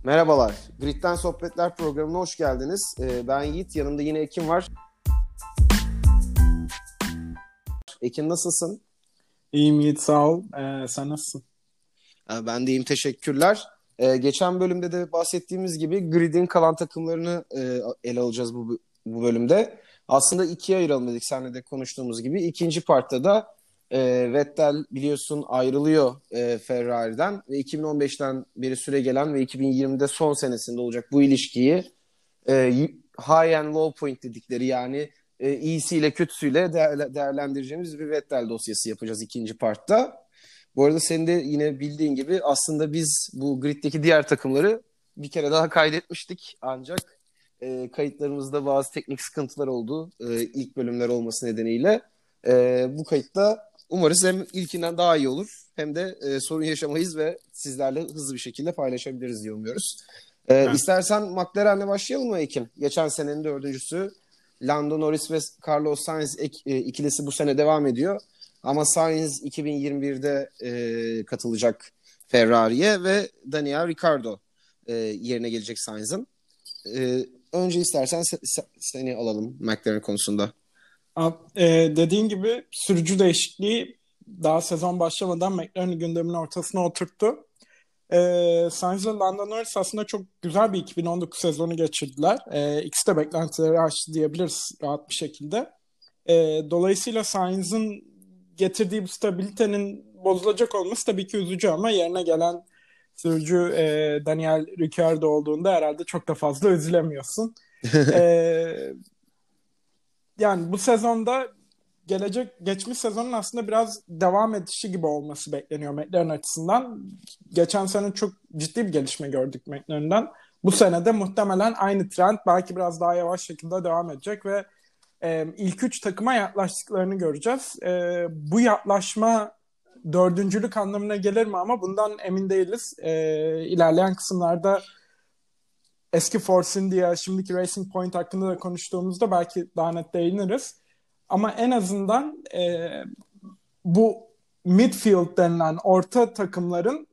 Merhabalar, Grid'den Sohbetler programına hoş geldiniz. Ben Yiğit, yanımda yine Ekin var. Ekin nasılsın? İyiyim Yiğit, sağ ol. Sen nasılsın? Ben de iyiyim, teşekkürler. Geçen bölümde de bahsettiğimiz gibi Grid'in kalan takımlarını ele alacağız bu bölümde. Aslında ikiye ayıralım dedik seninle de konuştuğumuz gibi. İkinci partta da Vettel biliyorsun ayrılıyor Ferrari'den ve 2015'ten beri süre gelen ve 2020'de son senesinde olacak bu ilişkiyi high and low point dedikleri yani iyisiyle kötüsüyle değerlendireceğimiz bir Vettel dosyası yapacağız ikinci partta. Bu arada senin de yine bildiğin gibi aslında biz bu griddeki diğer takımları bir kere daha kaydetmiştik. Ancak kayıtlarımızda bazı teknik sıkıntılar oldu ilk bölümler olması nedeniyle. Bu kayıtta umarız hem ilkinden daha iyi olur hem de sorun yaşamayız ve sizlerle hızlı bir şekilde paylaşabiliriz diye umuyoruz. Evet. İstersen McLaren'le başlayalım mı Ekim? Geçen senenin dördüncüsü Lando Norris ve Carlos Sainz ikilisi bu sene devam ediyor. Ama Sainz 2021'de katılacak Ferrari'ye ve Daniel Ricciardo yerine gelecek Sainz'ın. Önce istersen seni alalım McLaren konusunda. Dediğin gibi sürücü değişikliği daha sezon başlamadan McLaren'in gündemin ortasına oturttu. Sainz ve Lando Norris aslında çok güzel bir 2019 sezonu geçirdiler. İkisi de beklentileri aştı diyebiliriz rahat bir şekilde. Dolayısıyla Sainz'ın getirdiği bu stabilitenin bozulacak olması tabii ki üzücü ama yerine gelen sürücü Daniel Ricciardo olduğunda herhalde çok da fazla üzülemiyorsun. E, Yani bu sezonda geçmiş sezonun aslında biraz devam edişi gibi olması bekleniyor McLaren açısından. Geçen sene çok ciddi bir gelişme gördük McLaren'den. Bu sene de muhtemelen aynı trend belki biraz daha yavaş şekilde devam edecek ve ilk üç takıma yaklaştıklarını göreceğiz. Bu yaklaşma dördüncülük anlamına gelir mi ama bundan emin değiliz. İlerleyen kısımlarda eski Force India, şimdiki Racing Point hakkında da konuştuğumuzda belki daha net değiniriz. Ama en azından bu midfield denilen orta takımların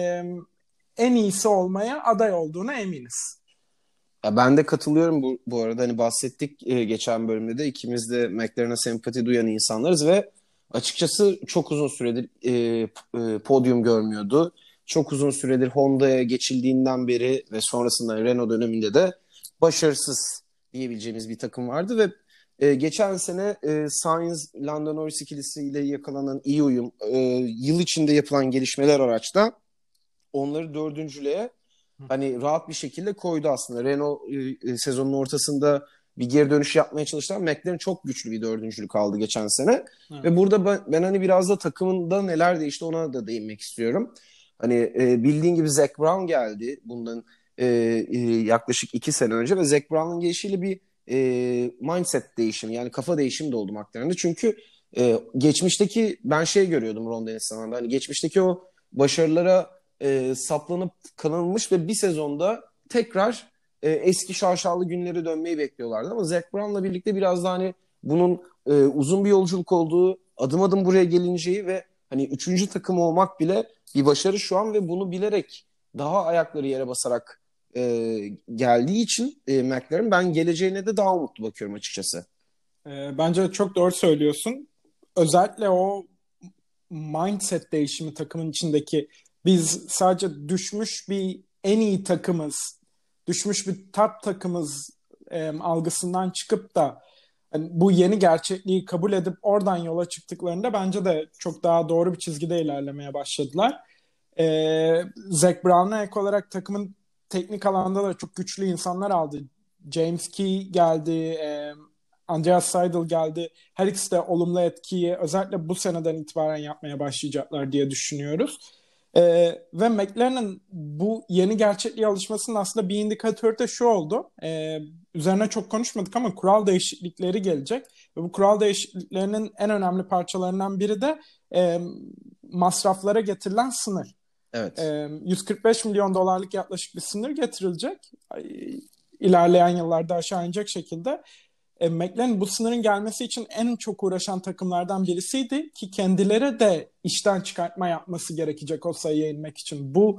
en iyisi olmaya aday olduğuna eminiz. Ya ben de katılıyorum bu arada. Hani bahsettik geçen bölümde de ikimiz de McLaren'a sempati duyan insanlarız ve açıkçası çok uzun süredir podyum görmüyordu. Çok uzun süredir Honda'ya geçildiğinden beri ve sonrasında Renault döneminde de başarısız diyebileceğimiz bir takım vardı ve geçen sene Sainz, Lando Norris ikilisiyle yakalanan iyi uyum, yıl içinde yapılan gelişmeler araçta onları dördüncülüğe hani rahat bir şekilde koydu aslında. Renault sezonun ortasında bir geri dönüş yapmaya çalıştılar. McLaren çok güçlü bir dördüncülük aldı geçen sene. Evet. Ve burada ben hani biraz da takımında neler değişti ona da değinmek istiyorum. Hani bildiğin gibi Zac Brown geldi bundan yaklaşık 2 sene önce ve Zac Brown'un gelişiyle bir mindset değişimi yani kafa değişimi de oldu McLaren'de. Çünkü geçmişteki ben şey görüyordum Ron Dennis zamanında. Hani geçmişteki o başarılara saplanıp kanılmış ve bir sezonda tekrar eski şaşalı günleri dönmeyi bekliyorlardı. Ama Zac Brown'la birlikte biraz daha hani bunun uzun bir yolculuk olduğu, adım adım buraya gelineceği ve hani üçüncü takım olmak bile bir başarı şu an ve bunu bilerek daha ayakları yere basarak geldiği için McLaren ben geleceğine de daha umutlu bakıyorum açıkçası. Bence çok doğru söylüyorsun. Özellikle o mindset değişimi takımın içindeki biz sadece düşmüş bir en iyi takımız, düşmüş bir top takımız algısından çıkıp da hani bu yeni gerçekliği kabul edip oradan yola çıktıklarında bence de çok daha doğru bir çizgide ilerlemeye başladılar. Zac Brown'a ek olarak takımın teknik alanda da çok güçlü insanlar aldı. James Key geldi, Andreas Seidel geldi. Her ikisi de olumlu etkiyi özellikle bu seneden itibaren yapmaya başlayacaklar diye düşünüyoruz. Ve McLaren'ın bu yeni gerçekliğe alışmasının aslında bir indikatörü de şu oldu. Üzerine çok konuşmadık ama kural değişiklikleri gelecek. Ve bu kural değişikliklerinin en önemli parçalarından biri de masraflara getirilen sınır. Evet. 145 milyon dolarlık yaklaşık bir sınır getirilecek. İlerleyen yıllarda aşağı inecek şekilde. McLaren bu sınırın gelmesi için en çok uğraşan takımlardan birisiydi ki kendileri de işten çıkartma yapması gerekecek o sayıya inmek için. Bu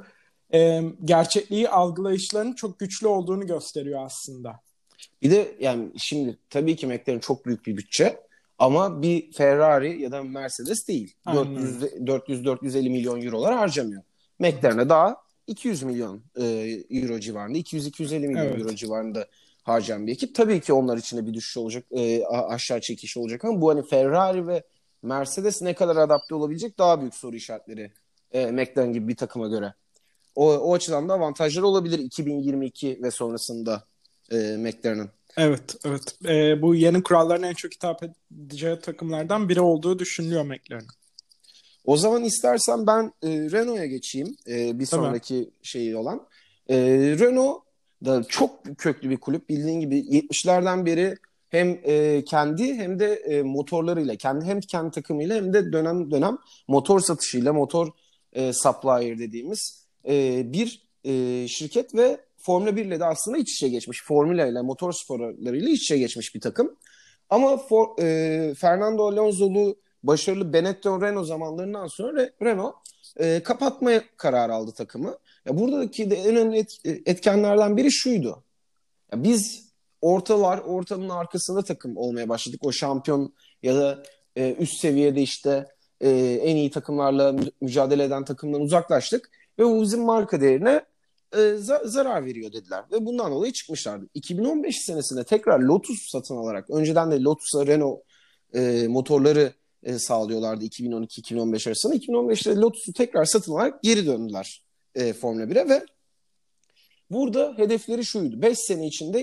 gerçekliği algılayışlarının çok güçlü olduğunu gösteriyor aslında. Bir de yani şimdi tabii ki McLaren çok büyük bir bütçe ama bir Ferrari ya da Mercedes değil. Aynen öyle. 400-450 milyon eurolar harcamıyor. Hı hı. McLaren'e daha 200 milyon euro civarında, 200-250 milyon euro Evet. civarında harcayan bir ekip. Tabii ki onlar için de bir düşüş olacak, aşağı çekiş olacak ama bu hani Ferrari ve Mercedes ne kadar adapte olabilecek daha büyük soru işaretleri McLaren gibi bir takıma göre. O açıdan da avantajları olabilir 2022 ve sonrasında McLaren'ın. Evet, evet. Bu yeni kuralların en çok hitap edeceği takımlardan biri olduğu düşünülüyor McLaren'ın. O zaman istersen ben Renault'a geçeyim. Bir Tabii. sonraki şeyi olan. Renault da çok köklü bir kulüp. Bildiğin gibi 70'lerden beri hem kendi hem de motorlarıyla, hem kendi takımıyla hem de dönem dönem motor satışıyla, motor supplier dediğimiz bir şirket ve Formula 1 ile de aslında iç içe geçmiş. Formula ile, motor sporlarıyla iç içe geçmiş bir takım. Ama Fernando Alonso'lu başarılı Benetton Renault zamanlarından sonra Renault kapatmaya kararı aldı takımı. Ya buradaki de en önemli etkenlerden biri şuydu. Ya biz ortamın arkasında takım olmaya başladık. O şampiyon ya da üst seviyede işte en iyi takımlarla mücadele eden takımdan uzaklaştık ve bu bizim marka değerine zarar veriyor dediler. Ve bundan dolayı çıkmışlardı. 2015 senesinde tekrar Lotus satın alarak, önceden de Lotus'a Renault motorları sağlıyorlardı 2012-2015 arasında. 2015'te Lotus'u tekrar satın alarak geri döndüler Formula 1'e ve burada hedefleri şuydu. 5 sene içinde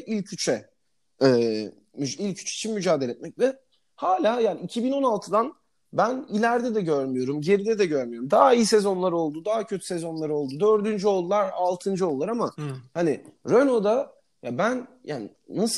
ilk üç için mücadele etmek ve hala yani 2016'dan ben ileride de görmüyorum, geride de görmüyorum. Daha iyi sezonlar oldu, daha kötü sezonlar oldu. Dördüncü oldular, altıncı oldular ama Hı. hani Renault'da ya ben yani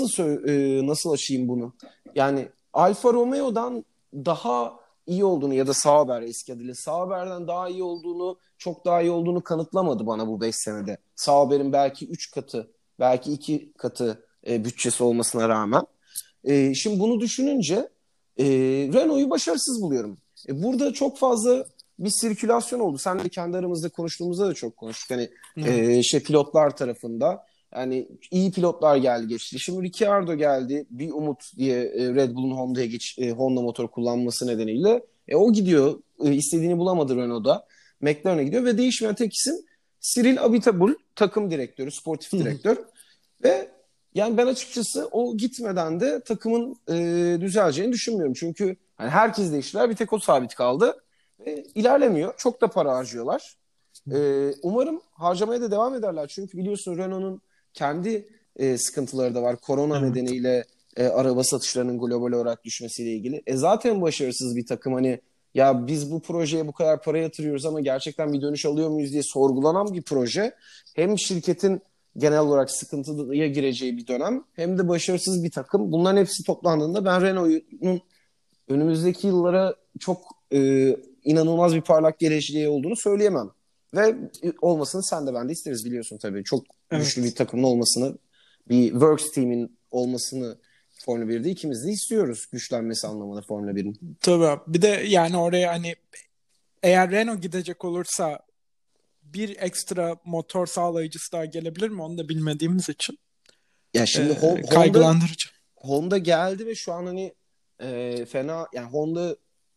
nasıl açayım bunu? Yani Alfa Romeo'dan daha iyi olduğunu ya da Sauber eski adıyla Sauber'den daha iyi olduğunu, çok daha iyi olduğunu kanıtlamadı bana bu 5 senede. Sauber'in belki 3 katı, belki 2 katı bütçesi olmasına rağmen. Şimdi bunu düşününce Renault'u başarısız buluyorum. Burada çok fazla bir sirkülasyon oldu. Sen de kendi aramızda konuştuğumuzda da çok konuştuk. Hani Evet. pilotlar tarafında yani iyi pilotlar geldi geçti. Şimdi Ricciardo geldi. Bir umut diye Red Bull'un Honda motor kullanması nedeniyle. O gidiyor. İstediğini bulamadı Renault'da. McLaren'a gidiyor ve değişmeyen tek isim Cyril Abiteboul, takım direktörü, sportif Hı hı. direktör. Ve yani ben açıkçası o gitmeden de takımın düzeleceğini düşünmüyorum. Çünkü hani herkes değiştiler, bir tek o sabit kaldı. İlerlemiyor. Çok da para harcıyorlar. Umarım harcamaya da devam ederler. Çünkü biliyorsun Renault'un kendi sıkıntıları da var. Korona Evet. nedeniyle araba satışlarının global olarak düşmesiyle ilgili. Zaten başarısız bir takım hani ya biz bu projeye bu kadar para yatırıyoruz ama gerçekten bir dönüş alıyor muyuz diye sorgulanan bir proje. Hem şirketin genel olarak sıkıntıya gireceği bir dönem hem de başarısız bir takım. Bunların hepsi toplandığında ben Renault'un önümüzdeki yıllara çok inanılmaz bir parlak geleceği olduğunu söyleyemem. Ve olmasını sen de ben de isteriz biliyorsun tabii. Çok güçlü bir Evet. takımın olmasını, bir Works team'in olmasını Formula 1'de ikimiz de istiyoruz. Güçlenmesi anlamında Formula 1'in. Tabii. Bir de yani oraya hani eğer Renault gidecek olursa bir ekstra motor sağlayıcısı daha gelebilir mi? Onu da bilmediğimiz için Ya şimdi kaygılandırıcı. Honda geldi ve şu an hani fena yani Honda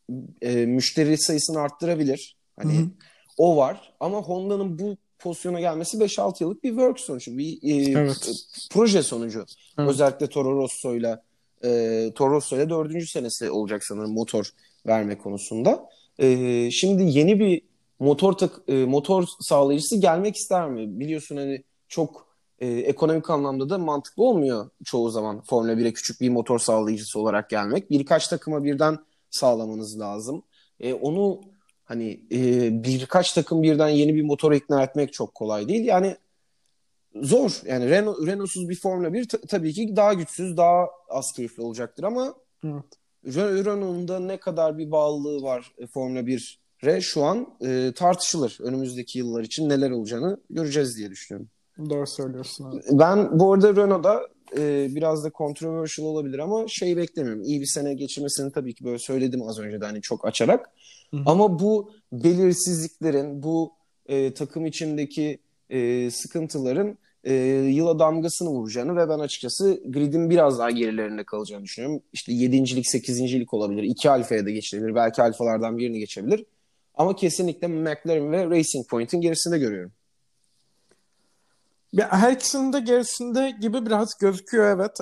müşteri sayısını arttırabilir. Hı Hani hı. o var ama Honda'nın bu pozisyona gelmesi 5-6 yıllık bir work sonucu, bir Evet. proje sonucu. Evet. Özellikle Toro Rosso'yla dördüncü senesi olacak sanırım motor verme konusunda. Şimdi yeni bir motor sağlayıcısı gelmek ister mi? Biliyorsun hani çok ekonomik anlamda da mantıklı olmuyor çoğu zaman Formula 1'e küçük bir motor sağlayıcısı olarak gelmek. Birkaç takıma birden sağlamanız lazım. Onu hani birkaç takım birden yeni bir motora ikna etmek çok kolay değil. Yani zor. Yani Renault'suz bir Formula 1 tabii ki daha güçsüz, daha az keyifli olacaktır ama Evet. Renault'un da ne kadar bir bağlılığı var Formula 1'e şu an tartışılır. Önümüzdeki yıllar için neler olacağını göreceğiz diye düşünüyorum. Doğru söylüyorsun. Evet. Ben bu arada Renault'da biraz da controversial olabilir ama şey beklemiyorum. İyi bir sene geçirmesini tabii ki böyle söyledim az önce de hani çok açarak. Hı hı. Ama bu belirsizliklerin, bu takım içindeki sıkıntıların yıla damgasını vuracağını ve ben açıkçası gridin biraz daha gerilerinde kalacağını düşünüyorum. İşte 7.lik, 8.lik olabilir. 2 alfaya da geçebilir. Belki alfalardan birini geçebilir. Ama kesinlikle McLaren ve Racing Point'in gerisinde görüyorum. Her ikisinin de gerisinde gibi biraz gözüküyor, evet.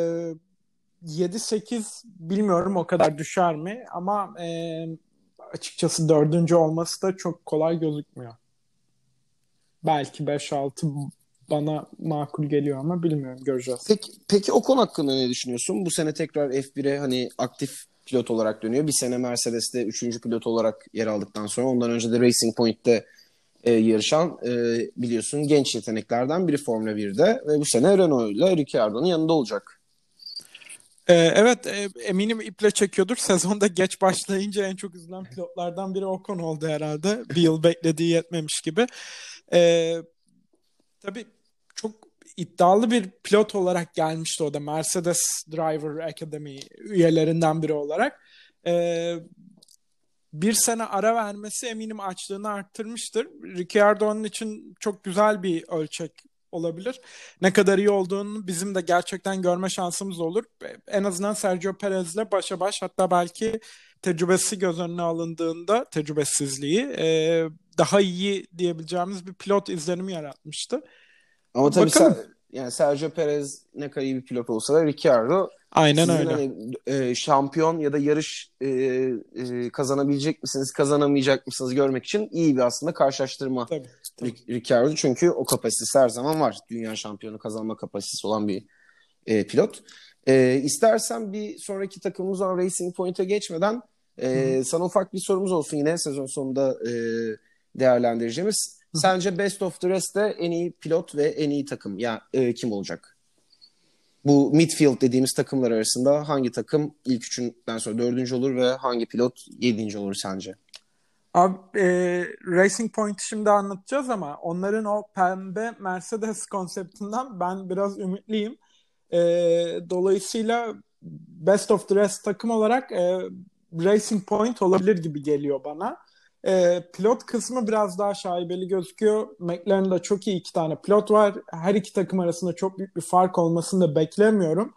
7-8 bilmiyorum o kadar düşer mi ama açıkçası dördüncü olması da çok kolay gözükmüyor. Belki 5-6 bana makul geliyor ama bilmiyorum, göreceğiz. Peki o konu hakkında ne düşünüyorsun? Bu sene tekrar F1'e hani aktif pilot olarak dönüyor. Bir sene Mercedes'te 3. pilot olarak yer aldıktan sonra ondan önce de Racing Point'te yarışan biliyorsun genç yeteneklerden biri Formula 1'de ve bu sene Renault ile Ricciardo'nun yanında olacak. Evet, eminim iple çekiyordur. Sezonda geç başlayınca en çok üzülen pilotlardan biri Ocon oldu herhalde. Bir yıl beklediği yetmemiş gibi. Tabii çok iddialı bir pilot olarak gelmişti o da, Mercedes Driver Academy üyelerinden biri olarak. Bir sene ara vermesi eminim açlığını arttırmıştır. Ricciardo onun için çok güzel bir ölçek olabilir. Ne kadar iyi olduğunu bizim de gerçekten görme şansımız olur. En azından Sergio Perez'le başa baş, hatta belki tecrübesi göz önüne alındığında tecrübesizliği daha iyi diyebileceğimiz bir pilot izlenimi yaratmıştı. Ama tabii Bakalım. yani Sergio Perez ne kadar iyi bir pilot olsa da Ricciardo Aynen sizin öyle. hani şampiyon ya da yarış kazanabilecek misiniz, kazanamayacak mısınız görmek için iyi bir aslında karşılaştırma. Tabii. Ricciardo çünkü o kapasitesi her zaman var. Dünya şampiyonu kazanma kapasitesi olan bir pilot. İstersen bir sonraki takımımız olan Racing Point'e geçmeden sana ufak bir sorumuz olsun yine sezon sonunda değerlendireceğimiz. Sence Best of the Rest'te en iyi pilot ve en iyi takım kim olacak? Bu midfield dediğimiz takımlar arasında hangi takım ilk üçünden sonra dördüncü olur ve hangi pilot yedinci olur sence? Abi, Racing Point'i şimdi anlatacağız ama onların o pembe Mercedes konseptinden ben biraz ümitliyim. Dolayısıyla Best of the Rest takım olarak Racing Point olabilir gibi geliyor bana. Pilot kısmı biraz daha şaibeli gözüküyor. McLaren'da çok iyi 2 tane pilot var. Her iki takım arasında çok büyük bir fark olmasını da beklemiyorum.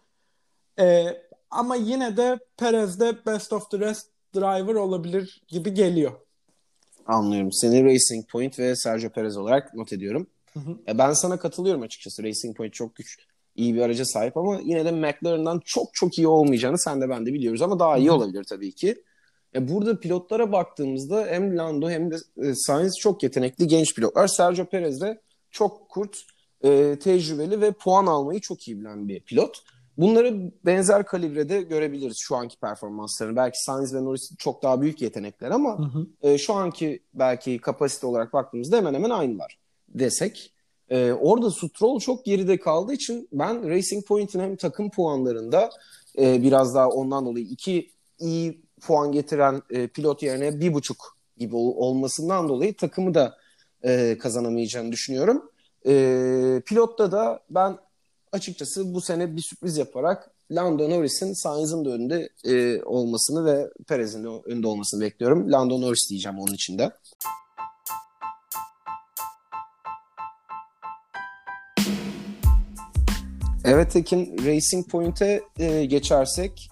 Ama yine de Perez'de Best of the Rest driver olabilir gibi geliyor. Anlıyorum. Seni Racing Point ve Sergio Perez olarak not ediyorum. Ben sana katılıyorum açıkçası. Racing Point çok iyi bir araca sahip ama yine de McLaren'dan çok çok iyi olmayacağını sen de ben de biliyoruz ama daha iyi olabilir tabii ki. Burada pilotlara baktığımızda hem Lando hem de Sainz çok yetenekli genç pilotlar. Sergio Perez de çok kurt, tecrübeli ve puan almayı çok iyi bilen bir pilot. Bunları benzer kalibrede görebiliriz şu anki performanslarını. Belki Sainz ve Norris çok daha büyük yetenekler ama şu anki belki kapasite olarak baktığımızda hemen hemen aynılar desek. Orada Stroll çok geride kaldığı için ben Racing Point'in hem takım puanlarında biraz daha ondan dolayı 2 iyi puan getiren pilot yerine 1,5 gibi olmasından dolayı takımı da kazanamayacağını düşünüyorum. Pilotta da ben açıkçası bu sene bir sürpriz yaparak Lando Norris'in Sainz'ın da önünde olmasını ve Perez'in de önünde olmasını bekliyorum. Lando Norris diyeceğim onun için de. Evet Ekin, Racing Point'e geçersek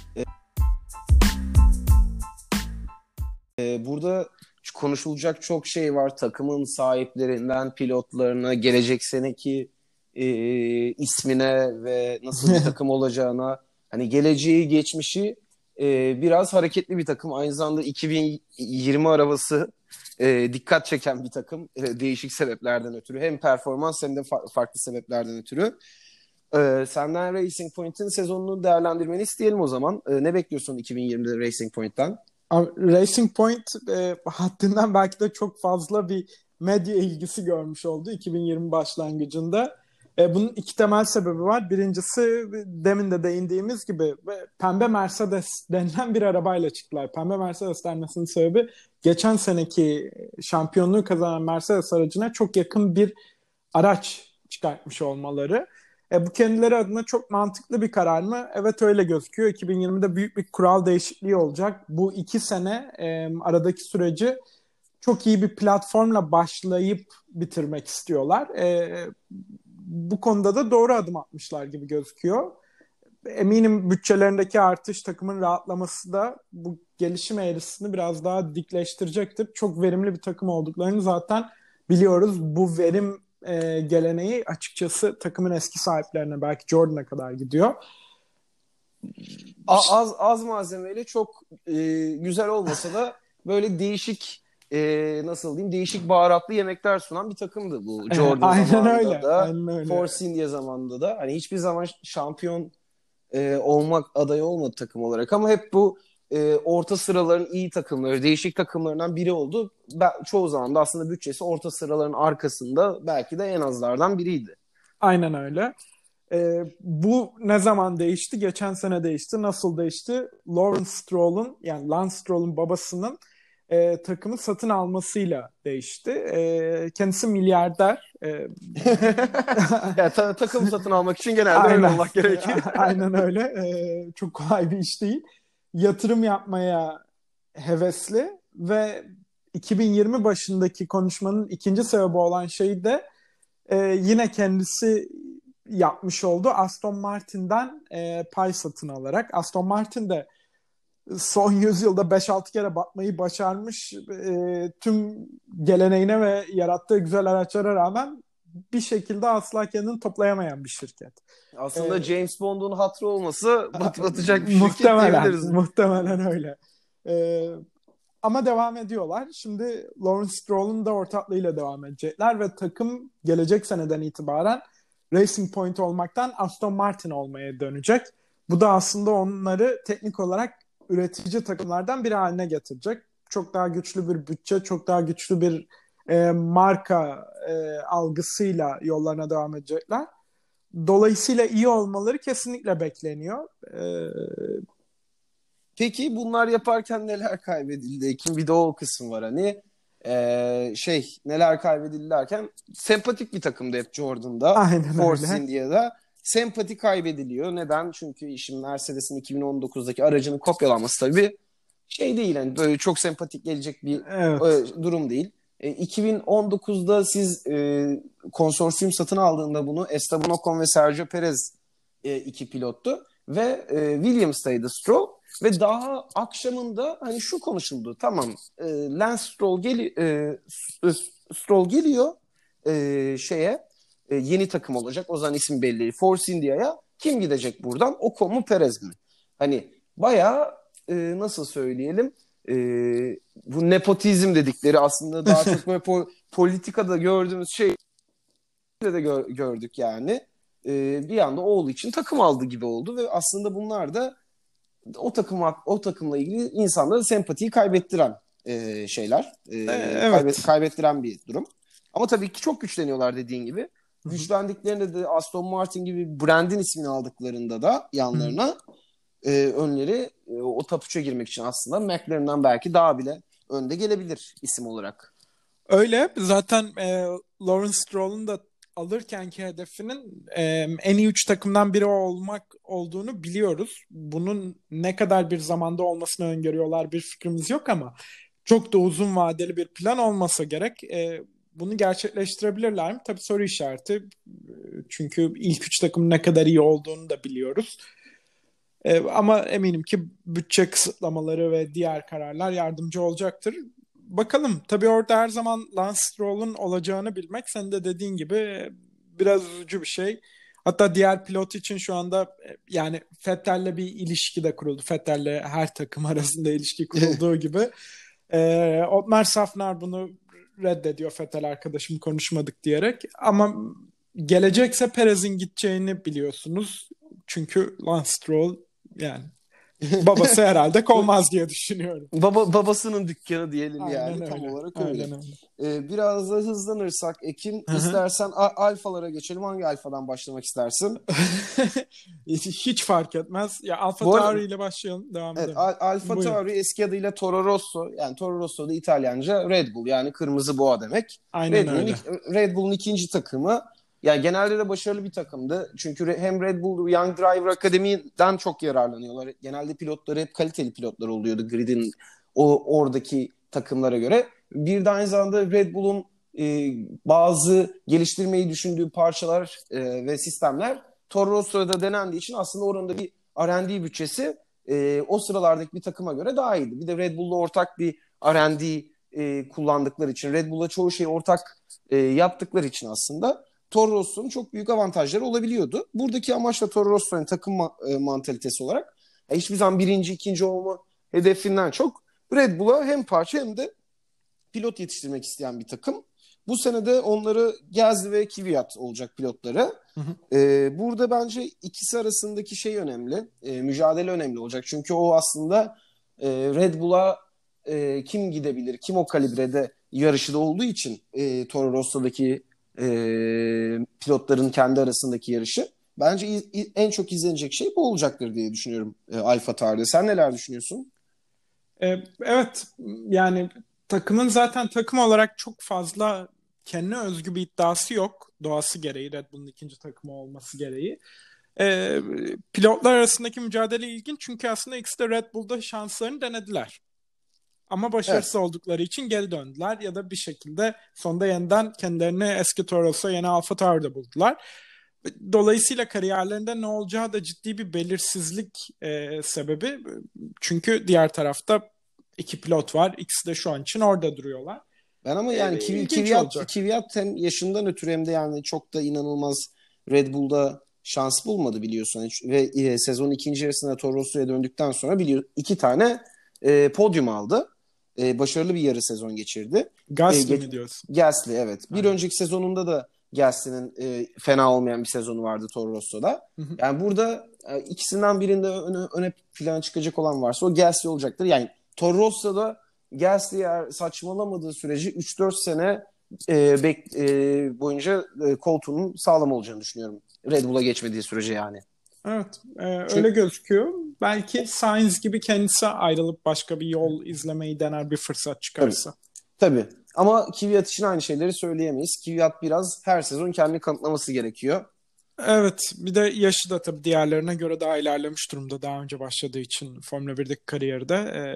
burada konuşulacak çok şey var. Takımın sahiplerinden pilotlarına, gelecek seneki ismine ve nasıl bir takım olacağına, hani geleceği, geçmişi biraz hareketli bir takım. Aynı zamanda 2020 arabası dikkat çeken bir takım. Değişik sebeplerden ötürü. Hem performans hem de farklı sebeplerden ötürü. Senden Racing Point'in sezonunu değerlendirmeni isteyelim o zaman. Ne bekliyorsun 2020'de Racing Point'ten? Racing Point haddinden belki de çok fazla bir medya ilgisi görmüş oldu 2020 başlangıcında. Bunun 2 temel sebebi var. Birincisi demin de değindiğimiz gibi pembe Mercedes denilen bir arabayla çıktılar. Pembe Mercedes denmesinin sebebi geçen seneki şampiyonluğu kazanan Mercedes aracına çok yakın bir araç çıkartmış olmaları. Bu kendileri adına çok mantıklı bir karar mı? Evet, öyle gözüküyor. 2020'de büyük bir kural değişikliği olacak. Bu 2 sene aradaki süreci çok iyi bir platformla başlayıp bitirmek istiyorlar. Bu konuda da doğru adım atmışlar gibi gözüküyor. Eminim bütçelerindeki artış, takımın rahatlaması da bu gelişim eğrisini biraz daha dikleştirecektir. Çok verimli bir takım olduklarını zaten biliyoruz. Bu verim geleneği açıkçası takımın eski sahiplerine, belki Jordan'a kadar gidiyor. Az malzemeyle çok güzel olmasa da böyle değişik nasıl diyeyim, değişik baharatlı yemekler sunan bir takımdı bu Jordan Aynen zamanında öyle. da, Aynen öyle. Force India zamanında da. Hani hiçbir zaman şampiyon olmak adayı olmadı takım olarak ama hep bu orta sıraların iyi takımları, değişik takımlarından biri oldu. Çoğu zaman da aslında bütçesi orta sıraların arkasında, belki de en azlardan biriydi. Aynen öyle. Bu ne zaman değişti? Geçen sene değişti. Nasıl değişti? Lawrence Stroll'un, yani Lance Stroll'un babasının takımı satın almasıyla değişti. Kendisi milyarder. Ya, takım satın almak için genelde öyle olmak gerekiyor. Aynen öyle. Çok kolay bir iş değil. Yatırım yapmaya hevesli ve 2020 başındaki konuşmanın ikinci sebebi olan şey de yine kendisi yapmış oldu. Aston Martin'den pay satın alarak. Aston Martin de son yüzyılda 5-6 kere batmayı başarmış. Tüm geleneğine ve yarattığı güzel araçlara rağmen bir şekilde asla kendini toplayamayan bir şirket. Aslında James Bond'un hatırı olması batacak bir şirket muhtemelen, diyebiliriz. Muhtemelen öyle. Ama devam ediyorlar. Şimdi Lawrence Stroll'un da ortaklığıyla devam edecekler ve takım gelecek seneden itibaren Racing Point olmaktan Aston Martin olmaya dönecek. Bu da aslında onları teknik olarak üretici takımlardan biri haline getirecek. Çok daha güçlü bir bütçe, çok daha güçlü bir marka algısıyla yollarına devam edecekler. Dolayısıyla iyi olmaları kesinlikle bekleniyor. Peki bunlar yaparken neler kaybedildi Ekim? Bir de o kısım var hani. Neler kaybedildi derken, sempatik bir takımdı hep Jordan'da. Aynen Force öyle. India'da. Sempati kaybediliyor. Neden? Çünkü işin Mercedes'in 2019'daki aracının kopyalanması tabii şey değil. Yani böyle çok sempatik gelecek bir Evet. durum değil. 2019'da siz konsorsiyum satın aldığında bunu Esteban Ocon ve Sergio Perez iki pilottu ve Williams'taydı Stroll ve daha akşamında hani şu konuşuldu. Tamam, Lance Stroll geliyor yeni takım olacak. O zaman isim belli. Force India'ya kim gidecek buradan? Ocon mu Perez mi? Hani bayağı nasıl söyleyelim, bu nepotizm dedikleri aslında daha çok böyle politikada gördüğümüz şey de gördük yani. Bir anda oğlu için takım aldı gibi oldu ve aslında bunlar da o takımla ilgili insanlara sempatiyi kaybettiren şeyler. Evet. Kaybettiren bir durum. Ama tabii ki çok güçleniyorlar dediğin gibi. Güçlendiklerinde de Aston Martin gibi brandin ismini aldıklarında da yanlarına önleri o top 3'e girmek için aslında McLaren'dan belki daha bile önde gelebilir isim olarak. Öyle. Zaten Lawrence Stroll'un da alırkenki hedefinin en iyi 3 takımdan biri olmak olduğunu biliyoruz. Bunun ne kadar bir zamanda olmasını öngörüyorlar bir fikrimiz yok ama çok da uzun vadeli bir plan olmasa gerek. Bunu gerçekleştirebilirler mi? Tabii soru işareti. Çünkü ilk 3 takımın ne kadar iyi olduğunu da biliyoruz. Ama eminim ki bütçe kısıtlamaları ve diğer kararlar yardımcı olacaktır. Bakalım. Tabii orada her zaman Lance Stroll'un olacağını bilmek, senin de dediğin gibi, biraz üzücü bir şey. Hatta diğer pilot için şu anda yani Vettel'le bir ilişki de kuruldu. Vettel'le her takım arasında ilişki kurulduğu gibi. Otmar Safnauer bunu reddediyor, Vettel arkadaşım konuşmadık diyerek. Ama gelecekse Perez'in gideceğini biliyorsunuz. Çünkü Lance Stroll yani babası herhalde kovmaz diye düşünüyorum. Babasının dükkanı diyelim. Aynen yani öyle. tam olarak Aynen öyle. öyle. Biraz da hızlanırsak Ekin, Hı hı. istersen alfalara geçelim. Hangi alfadan başlamak istersin? Hiç fark etmez. Ya Alfa Bu arada, Tauri ile başlayalım. Devam evet, edelim. Alfa Buyurun. Tauri eski adıyla Toro Rosso. Yani Toro Rosso da İtalyanca Red Bull, yani kırmızı boğa demek. Aynen öyle. Red Bull'un ikinci takımı. Yani genelde de başarılı bir takımdı. Çünkü hem Red Bull Young Driver Akademi'den çok yararlanıyorlar. Genelde pilotları hep kaliteli pilotlar oluyordu grid'in oradaki takımlara göre. Bir de aynı zamanda Red Bull'un bazı geliştirmeyi düşündüğü parçalar ve sistemler Toro Rosso'da denendiği için aslında oranın da bir R&D bütçesi o sıralardaki bir takıma göre daha iyiydi. Bir de Red Bull'la ortak bir R&D kullandıkları için, Red Bull'la çoğu şeyi ortak yaptıkları için aslında Toro Rosso'nun çok büyük avantajları olabiliyordu. Buradaki amaç da Toro Rosso'nun takım mantalitesi olarak hiçbir zaman birinci, ikinci olma hedefinden çok Red Bull'a hem parça hem de pilot yetiştirmek isteyen bir takım. Bu sene de onları Gasly ve Kvyat olacak pilotları. Hı hı. Burada bence ikisi arasındaki şey önemli. Mücadele önemli olacak. Çünkü o aslında Red Bull'a kim gidebilir, kim o kalibrede yarışı da olduğu için Toro Rosso'daki pilotların kendi arasındaki yarışı. Bence en çok izlenecek şey bu olacaktır diye düşünüyorum Alfa Tauri'de. Sen neler düşünüyorsun? Evet, yani takımın zaten takım olarak çok fazla kendine özgü bir iddiası yok. Doğası gereği, Red Bull'un ikinci takımı olması gereği. Ee, Pilotlar arasındaki mücadele ilginç çünkü aslında ikisi de Red Bull'da şanslarını denediler. Ama Evet. başarısız oldukları için geri döndüler ya da bir şekilde sonunda yeniden kendilerini eski Toro Rosso, yeni Alfa Tauri'de buldular. Dolayısıyla kariyerlerinde ne olacağı da ciddi bir belirsizlik sebebi. Çünkü diğer tarafta iki pilot var. İkisi de şu an için orada duruyorlar. Ben ama yani İlginç olacak. Kvyat hem yaşından ötürü hem de yani çok da inanılmaz Red Bull'da şans bulmadı biliyorsun. Ve sezonun ikinci yarısında Toro Rosso'ya döndükten sonra iki tane podyum aldı. Başarılı bir yarı sezon geçirdi. Gasly mi diyorsun? Gasly evet. Bir Aynen. önceki sezonunda da Gasly'nin fena olmayan bir sezonu vardı Toro Rosso'da. Hı hı. Yani burada ikisinden birinde öne plana çıkacak olan varsa o Gasly olacaktır. Yani Toro Rosso'da Gasly eğer saçmalamadığı sürece 3-4 sene boyunca koltuğunun sağlam olacağını düşünüyorum. Red Bull'a geçmediği sürece yani. Evet, öyle Çünkü gözüküyor. Belki Sainz gibi kendisi ayrılıp başka bir yol izlemeyi dener bir fırsat tabii, çıkarsa. tabii. Ama Kvyat için aynı şeyleri söyleyemeyiz. Kvyat biraz her sezon kendini kanıtlaması gerekiyor. Evet, bir de yaşı da tabii diğerlerine göre daha ilerlemiş durumda. Daha önce başladığı için Formula 1'deki kariyerde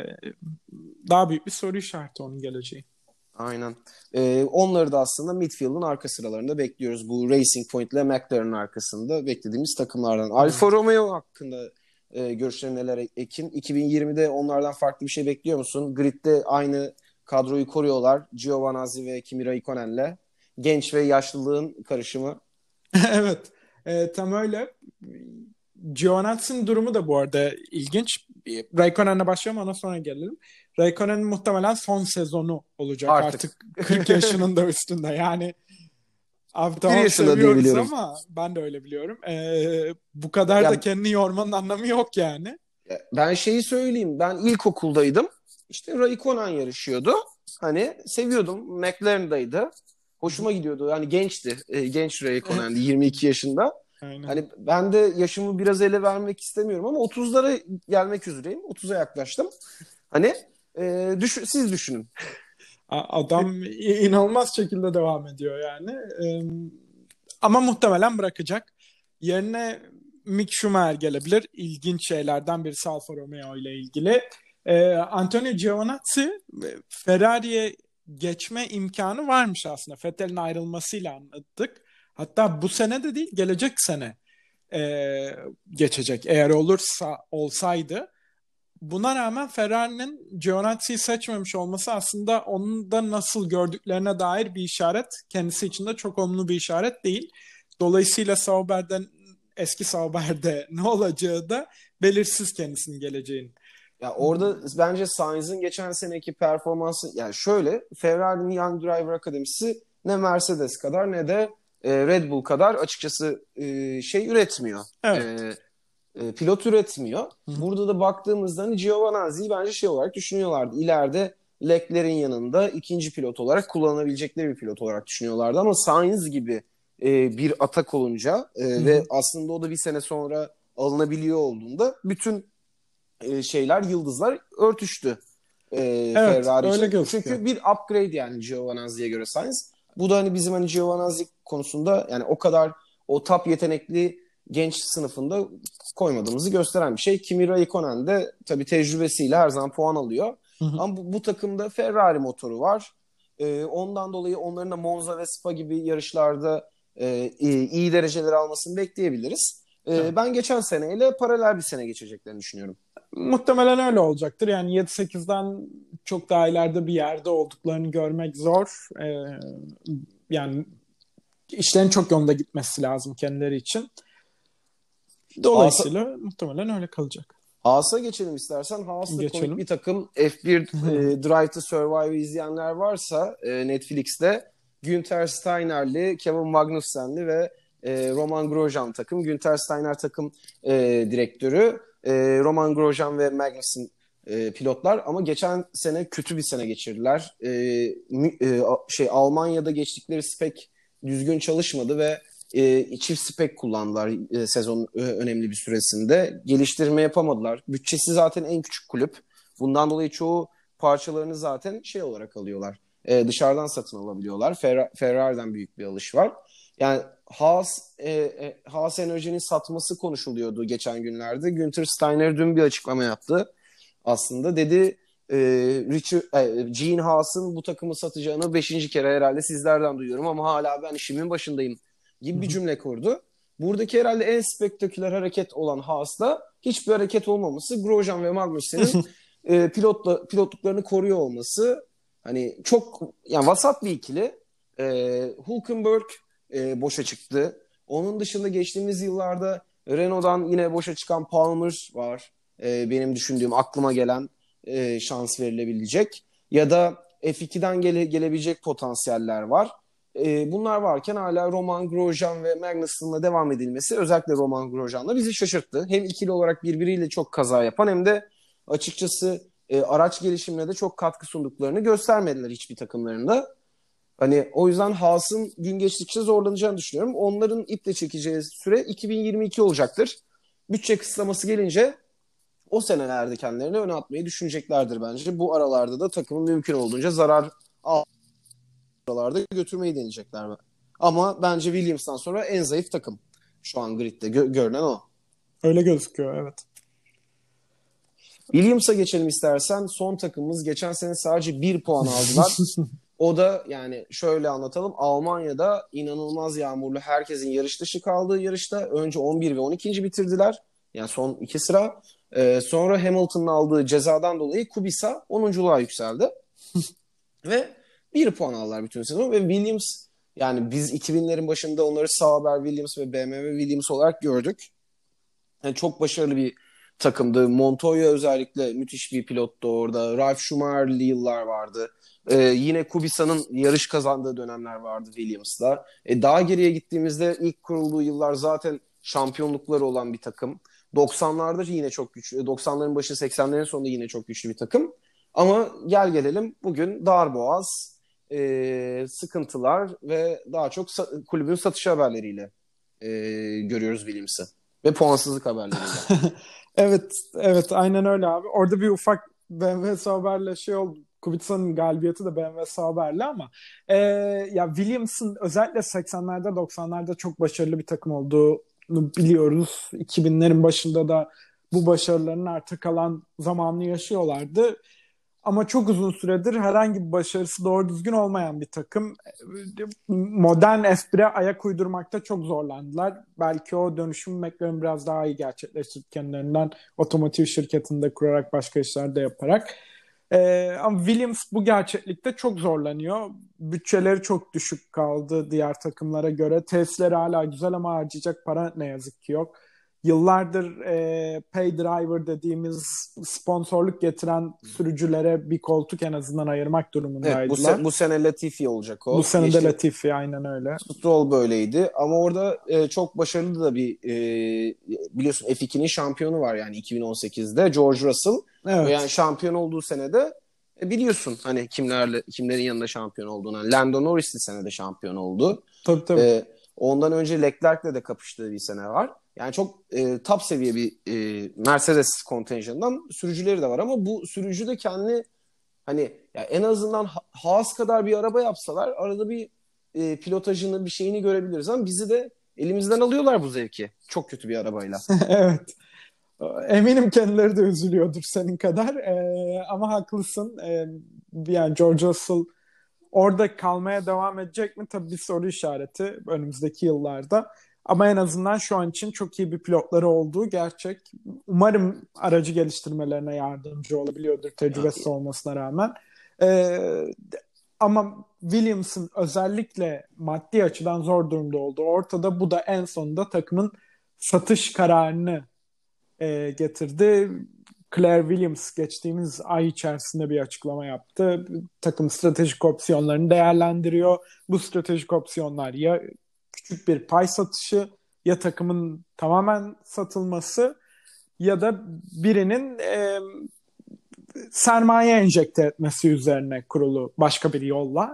daha büyük bir soru işareti onun geleceği. Aynen. Onları da aslında midfield'ın arka sıralarında bekliyoruz. Bu Racing Point ile McLaren'ın arkasında beklediğimiz takımlardan. Alfa Evet. Romeo hakkında görüşlerin neler Ekin? 2020'de onlardan farklı bir şey bekliyor musun? Grid'de aynı kadroyu koruyorlar. Giovinazzi ve Kimi Raikkonen'le. Genç ve yaşlılığın karışımı. Evet, tam öyle. Giovinazzi'nin durumu da bu arada ilginç. Raikkonen'le başlayalım, ona sonra gelelim. Raikkonen'in muhtemelen son sezonu olacak. Artık. Artık 40 yaşının da üstünde. Yani abi 41 tamam yaşında diye seviyoruz biliyorum. ama ben de öyle biliyorum. Bu kadar da Ya kendini yormanın anlamı yok yani. ben şeyi söyleyeyim. Ben ilkokuldaydım. İşte Raikkonen yarışıyordu. Hani seviyordum. McLaren'daydı. Hoşuma gidiyordu. Hani gençti. Genç Raikkonen'di. 22 yaşında. Aynen. Hani ben de yaşımı biraz ele vermek istemiyorum ama 30'lara gelmek üzereyim. 30'a yaklaştım. Hani siz düşünün. Adam inanılmaz şekilde devam ediyor yani. Ama muhtemelen bırakacak. Yerine Mick Schumacher gelebilir. İlginç şeylerden birisi Alfa Romeo ile ilgili. Antonio Giovinazzi Ferrari'ye geçme imkanı varmış aslında. Vettel'in ayrılmasıyla anladık. Hatta bu sene de değil, gelecek sene geçecek. Eğer olsaydı. Buna rağmen Ferrari'nin Giovinazzi'yi seçmemiş olması aslında onun da nasıl gördüklerine dair bir işaret. Kendisi için de çok olumlu bir işaret değil. Dolayısıyla eski Sauber'de ne olacağı da belirsiz kendisinin geleceğinin. Ya orada bence Sainz'in geçen seneki performansı yani şöyle Ferrari'nin Young Driver Akademisi ne Mercedes kadar ne de Red Bull kadar açıkçası şey üretmiyor. Evet. Pilot üretmiyor. Hı hı. Burada da baktığımızda hani Giovinazzi'yi bence şey olarak düşünüyorlardı. İleride Leclerc'in yanında ikinci pilot olarak kullanabilecekleri bir pilot olarak düşünüyorlardı. Ama Sainz gibi bir atak olunca Hı ve hı. aslında o da bir sene sonra alınabiliyor olduğunda bütün şeyler, yıldızlar örtüştü Evet, Ferrari öyle için. gözüküyor. Çünkü bir upgrade yani Giovinazzi'ye göre Sainz. Bu da hani bizim hani Giovinazzi konusunda yani o kadar o top yetenekli genç sınıfında koymadığımızı gösteren bir şey. Kimi Raikkonen de tabii tecrübesiyle her zaman puan alıyor. Hı hı. Ama bu takımda Ferrari motoru var. Ondan dolayı onların da Monza ve Spa gibi yarışlarda iyi dereceler almasını bekleyebiliriz. Evet. Ben geçen seneyle paralel bir sene geçeceklerini düşünüyorum. Muhtemelen öyle olacaktır. Yani 7-8'den çok daha ileride bir yerde olduklarını görmek zor. Yani işlerin çok yolunda gitmesi lazım kendileri için. Haas'a, Dolayısıyla muhtemelen öyle kalacak. Haas'a geçelim istersen. Haas da komik Geçelim. bir takım. F1 Drive to Survive'ı izleyenler varsa Netflix'te Günther Steiner'li, Kevin Magnussen'li ve Roman Grosjean takım. Günther Steiner takım direktörü. Roman Grosjean ve Magnussen pilotlar. Ama geçen sene kötü bir sene geçirdiler. Almanya'da geçtikleri spec düzgün çalışmadı ve çift spec kullandılar sezonun önemli bir süresinde. Geliştirme yapamadılar. Bütçesi zaten en küçük kulüp. Bundan dolayı çoğu parçalarını zaten olarak alıyorlar. Dışarıdan satın alabiliyorlar. Ferrari'den büyük bir alış var. Yani Haas Enerji'nin satması konuşuluyordu geçen günlerde. Günther Steiner dün bir açıklama yaptı. Aslında dedi Gene Haas'ın bu takımı satacağını 5. kere herhalde sizlerden duyuyorum ama hala ben işimin başındayım gibi bir cümle kurdu. Buradaki herhalde en spektaküler hareket olan Haas'ta hiçbir hareket olmaması, Grosjean ve Magnussen'in pilotluklarını koruyor olması. Hani çok yani vasat bir ikili. Hülkenberg boşa çıktı. Onun dışında geçtiğimiz yıllarda Renault'dan yine boşa çıkan Palmer var. Benim düşündüğüm, aklıma gelen şans verilebilecek. Ya da F2'den gelebilecek potansiyeller var. Bunlar varken hala Roman Grosjean ve Magnussen'la devam edilmesi, özellikle Roman Grosjean'la bizi şaşırttı. Hem ikili olarak birbiriyle çok kaza yapan hem de açıkçası araç gelişimine de çok katkı sunduklarını göstermediler hiçbir takımlarında. Hani o yüzden Haas'ın gün geçtikçe zorlanacağını düşünüyorum. Onların iple çekeceği süre 2022 olacaktır. Bütçe kısıtlaması gelince o senelerde kendilerini öne atmayı düşüneceklerdir bence. Bu aralarda da takımın mümkün olduğunca zarar aralarda götürmeyi deneyecekler. Ama bence Williams'tan sonra en zayıf takım. Şu an gridde görünen o. Öyle gözüküyor, evet. Williams'a geçelim istersen. Son takımımız geçen sene sadece 1 puan aldılar. O da yani şöyle anlatalım. Almanya'da inanılmaz yağmurlu, herkesin yarış dışı kaldığı yarışta önce 11 ve 12. bitirdiler. Yani son 2 sıra. Sonra Hamilton'ın aldığı cezadan dolayı Kubica 10'unculuğa yükseldi. Ve 1 puan aldılar bütün sezon. Ve Williams, yani biz 2000'lerin başında onları Sauber Williams ve BMW Williams olarak gördük. Yani çok başarılı bir takımdı. Montoya özellikle müthiş bir pilottu orada. Ralf Schumacher'li yıllar vardı. Yine Kubica'nın yarış kazandığı dönemler vardı Williams'la. Daha geriye gittiğimizde ilk kurulduğu yıllar zaten şampiyonlukları olan bir takım. 90'larda yine çok güçlü. 90'ların başı 80'lerin sonunda yine çok güçlü bir takım. Ama gel gelelim bugün darboğaz, sıkıntılar ve daha çok kulübün satış haberleriyle görüyoruz Williams'ı. Ve puansızlık haberleriyle. Evet, evet, aynen öyle abi. Orada bir ufak BMW Sauber'le şey oldu. Kubica'nın galibiyeti de BMW Sauber'le ama ya Williams'ın özellikle 80'lerde 90'larda çok başarılı bir takım olduğunu biliyoruz. 2000'lerin başında da bu başarılarının arta kalan zamanını yaşıyorlardı. Ama çok uzun süredir herhangi bir başarısı doğru düzgün olmayan bir takım. Modern F1'e ayak uydurmakta çok zorlandılar. Belki o dönüşüm McLaren biraz daha iyi gerçekleştirdi kendilerinden. Otomotiv şirketinde kurarak, başka işler de yaparak. Ama Williams bu gerçeklikte çok zorlanıyor. Bütçeleri çok düşük kaldı diğer takımlara göre. Tesisleri hala güzel ama harcayacak para ne yazık ki yok. Yıllardır pay driver dediğimiz sponsorluk getiren sürücülere bir koltuk en azından ayırmak durumundaydılar. Evet, bu sene Latifi olacak o. Bu sene de Latifi, aynen öyle. Stroll böyleydi ama orada çok başarılı da bir biliyorsun F2'nin şampiyonu var yani 2018'de George Russell. Evet. Yani şampiyon olduğu senede biliyorsun hani kimlerin yanında şampiyon olduğunu. Lando Norris'li senede şampiyon oldu. Tabii. Ondan önce Leclerc'le de kapıştığı bir sene var. Yani çok top seviye bir Mercedes kontenjanından sürücüleri de var ama bu sürücü de kendi hani ya en azından Haas kadar bir araba yapsalar arada bir pilotajını, bir şeyini görebiliriz ama bizi de elimizden alıyorlar bu zevki. Çok kötü bir arabayla. Evet. Eminim kendileri de üzülüyordur senin kadar. Ama haklısın. Yani George Russell Orada kalmaya devam edecek mi? Tabii bir soru işareti önümüzdeki yıllarda. Ama en azından şu an için çok iyi bir pilotları olduğu gerçek. Umarım aracı geliştirmelerine yardımcı olabiliyordur tecrübesiz olmasına rağmen. Ee, Ama Williams'ın özellikle maddi açıdan zor durumda olduğu ortada. Bu da en sonunda takımın satış kararını getirdi. Claire Williams geçtiğimiz ay içerisinde bir açıklama yaptı. Takım stratejik opsiyonlarını değerlendiriyor. Bu stratejik opsiyonlar ya küçük bir pay satışı, ya takımın tamamen satılması, ya da birinin sermaye enjekte etmesi üzerine kurulu başka bir yolla.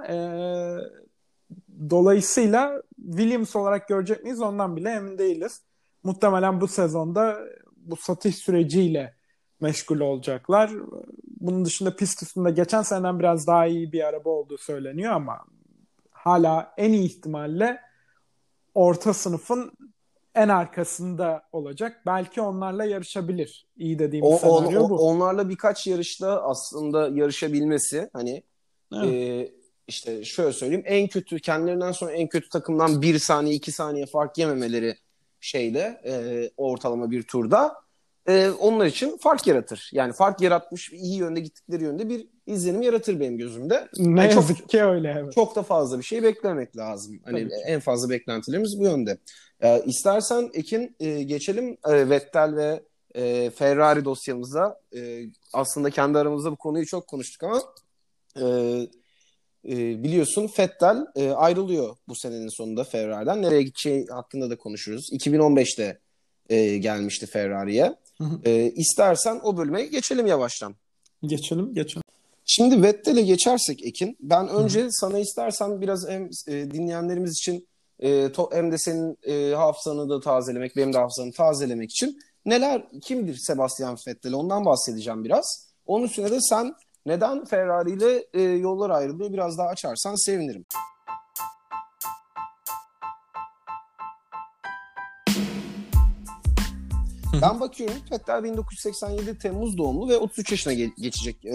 Dolayısıyla Williams olarak görecek miyiz ondan bile emin değiliz. Muhtemelen bu sezonda bu satış süreciyle meşgul olacaklar. Bunun dışında pist üstünde geçen seneden biraz daha iyi bir araba olduğu söyleniyor ama hala en iyi ihtimalle orta sınıfın en arkasında olacak. Belki onlarla yarışabilir. İyi dediğimiz senaryo bu. Onlarla birkaç yarışta aslında yarışabilmesi hani Evet. işte şöyle söyleyeyim, en kötü kendilerinden sonra en kötü takımdan 1 saniye 2 saniye fark yememeleri şeyde ortalama bir turda onlar için fark yaratır. Yani fark yaratmış, iyi yönde gittikleri yönde bir izlenim yaratır benim gözümde. Ne Yani yazık ki öyle, evet. çok da fazla bir şey beklemek lazım. Hani en fazla beklentilerimiz bu yönde. İstersen Ekin geçelim Vettel ve Ferrari dosyamıza. Aslında kendi aramızda bu konuyu çok konuştuk ama e, biliyorsun Vettel ayrılıyor bu senenin sonunda Ferrari'den. Nereye gideceği hakkında da konuşuruz. 2015'te gelmişti Ferrari'ye. İstersen o bölüme geçelim yavaştan. Geçelim. Şimdi Vettel'e geçersek Ekin, ben önce sana istersen biraz hem dinleyenlerimiz için hem de senin hafızanı da tazelemek, benim de hafızamı tazelemek için kimdir Sebastian Vettel, ondan bahsedeceğim biraz. Onun üstüne de sen neden Ferrari ile yollar ayrılıyor biraz daha açarsan sevinirim. Ben bakıyorum Vettel 1987 Temmuz doğumlu ve 33 yaşına geçecek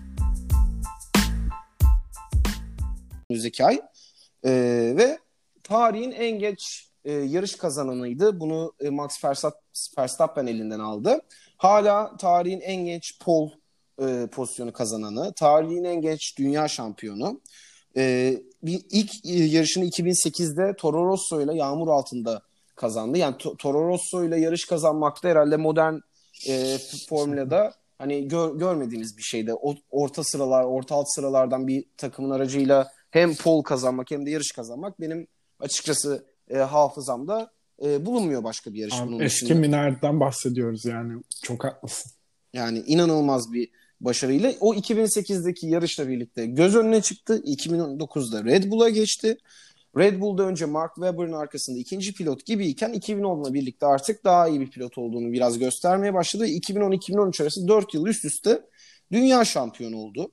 önümüzdeki ay. Ve tarihin en geç yarış kazananıydı. Bunu Max Verstappen elinden aldı. Hala tarihin en geç pole pozisyonu kazananı. Tarihin en geç dünya şampiyonu. İlk yarışını 2008'de Toro Rosso ile yağmur altında kazandı. Yani Toro Rosso ile yarış kazanmakta herhalde modern Formula'da hani görmediğimiz bir şeydi. Orta alt sıralardan bir takımın aracıyla hem pole kazanmak hem de yarış kazanmak benim açıkçası hafızamda bulunmuyor başka bir yarış bunun Eski dışında. Minard'dan bahsediyoruz yani. Çok haklısın. Yani inanılmaz bir başarıyla o 2008'deki yarışla birlikte göz önüne çıktı. 2009'da Red Bull'a geçti. Red Bull'da önce Mark Webber'ın arkasında ikinci pilot gibiyken 2010'la birlikte artık daha iyi bir pilot olduğunu biraz göstermeye başladı. 2010-2013 arası 4 yıl üst üste dünya şampiyonu oldu.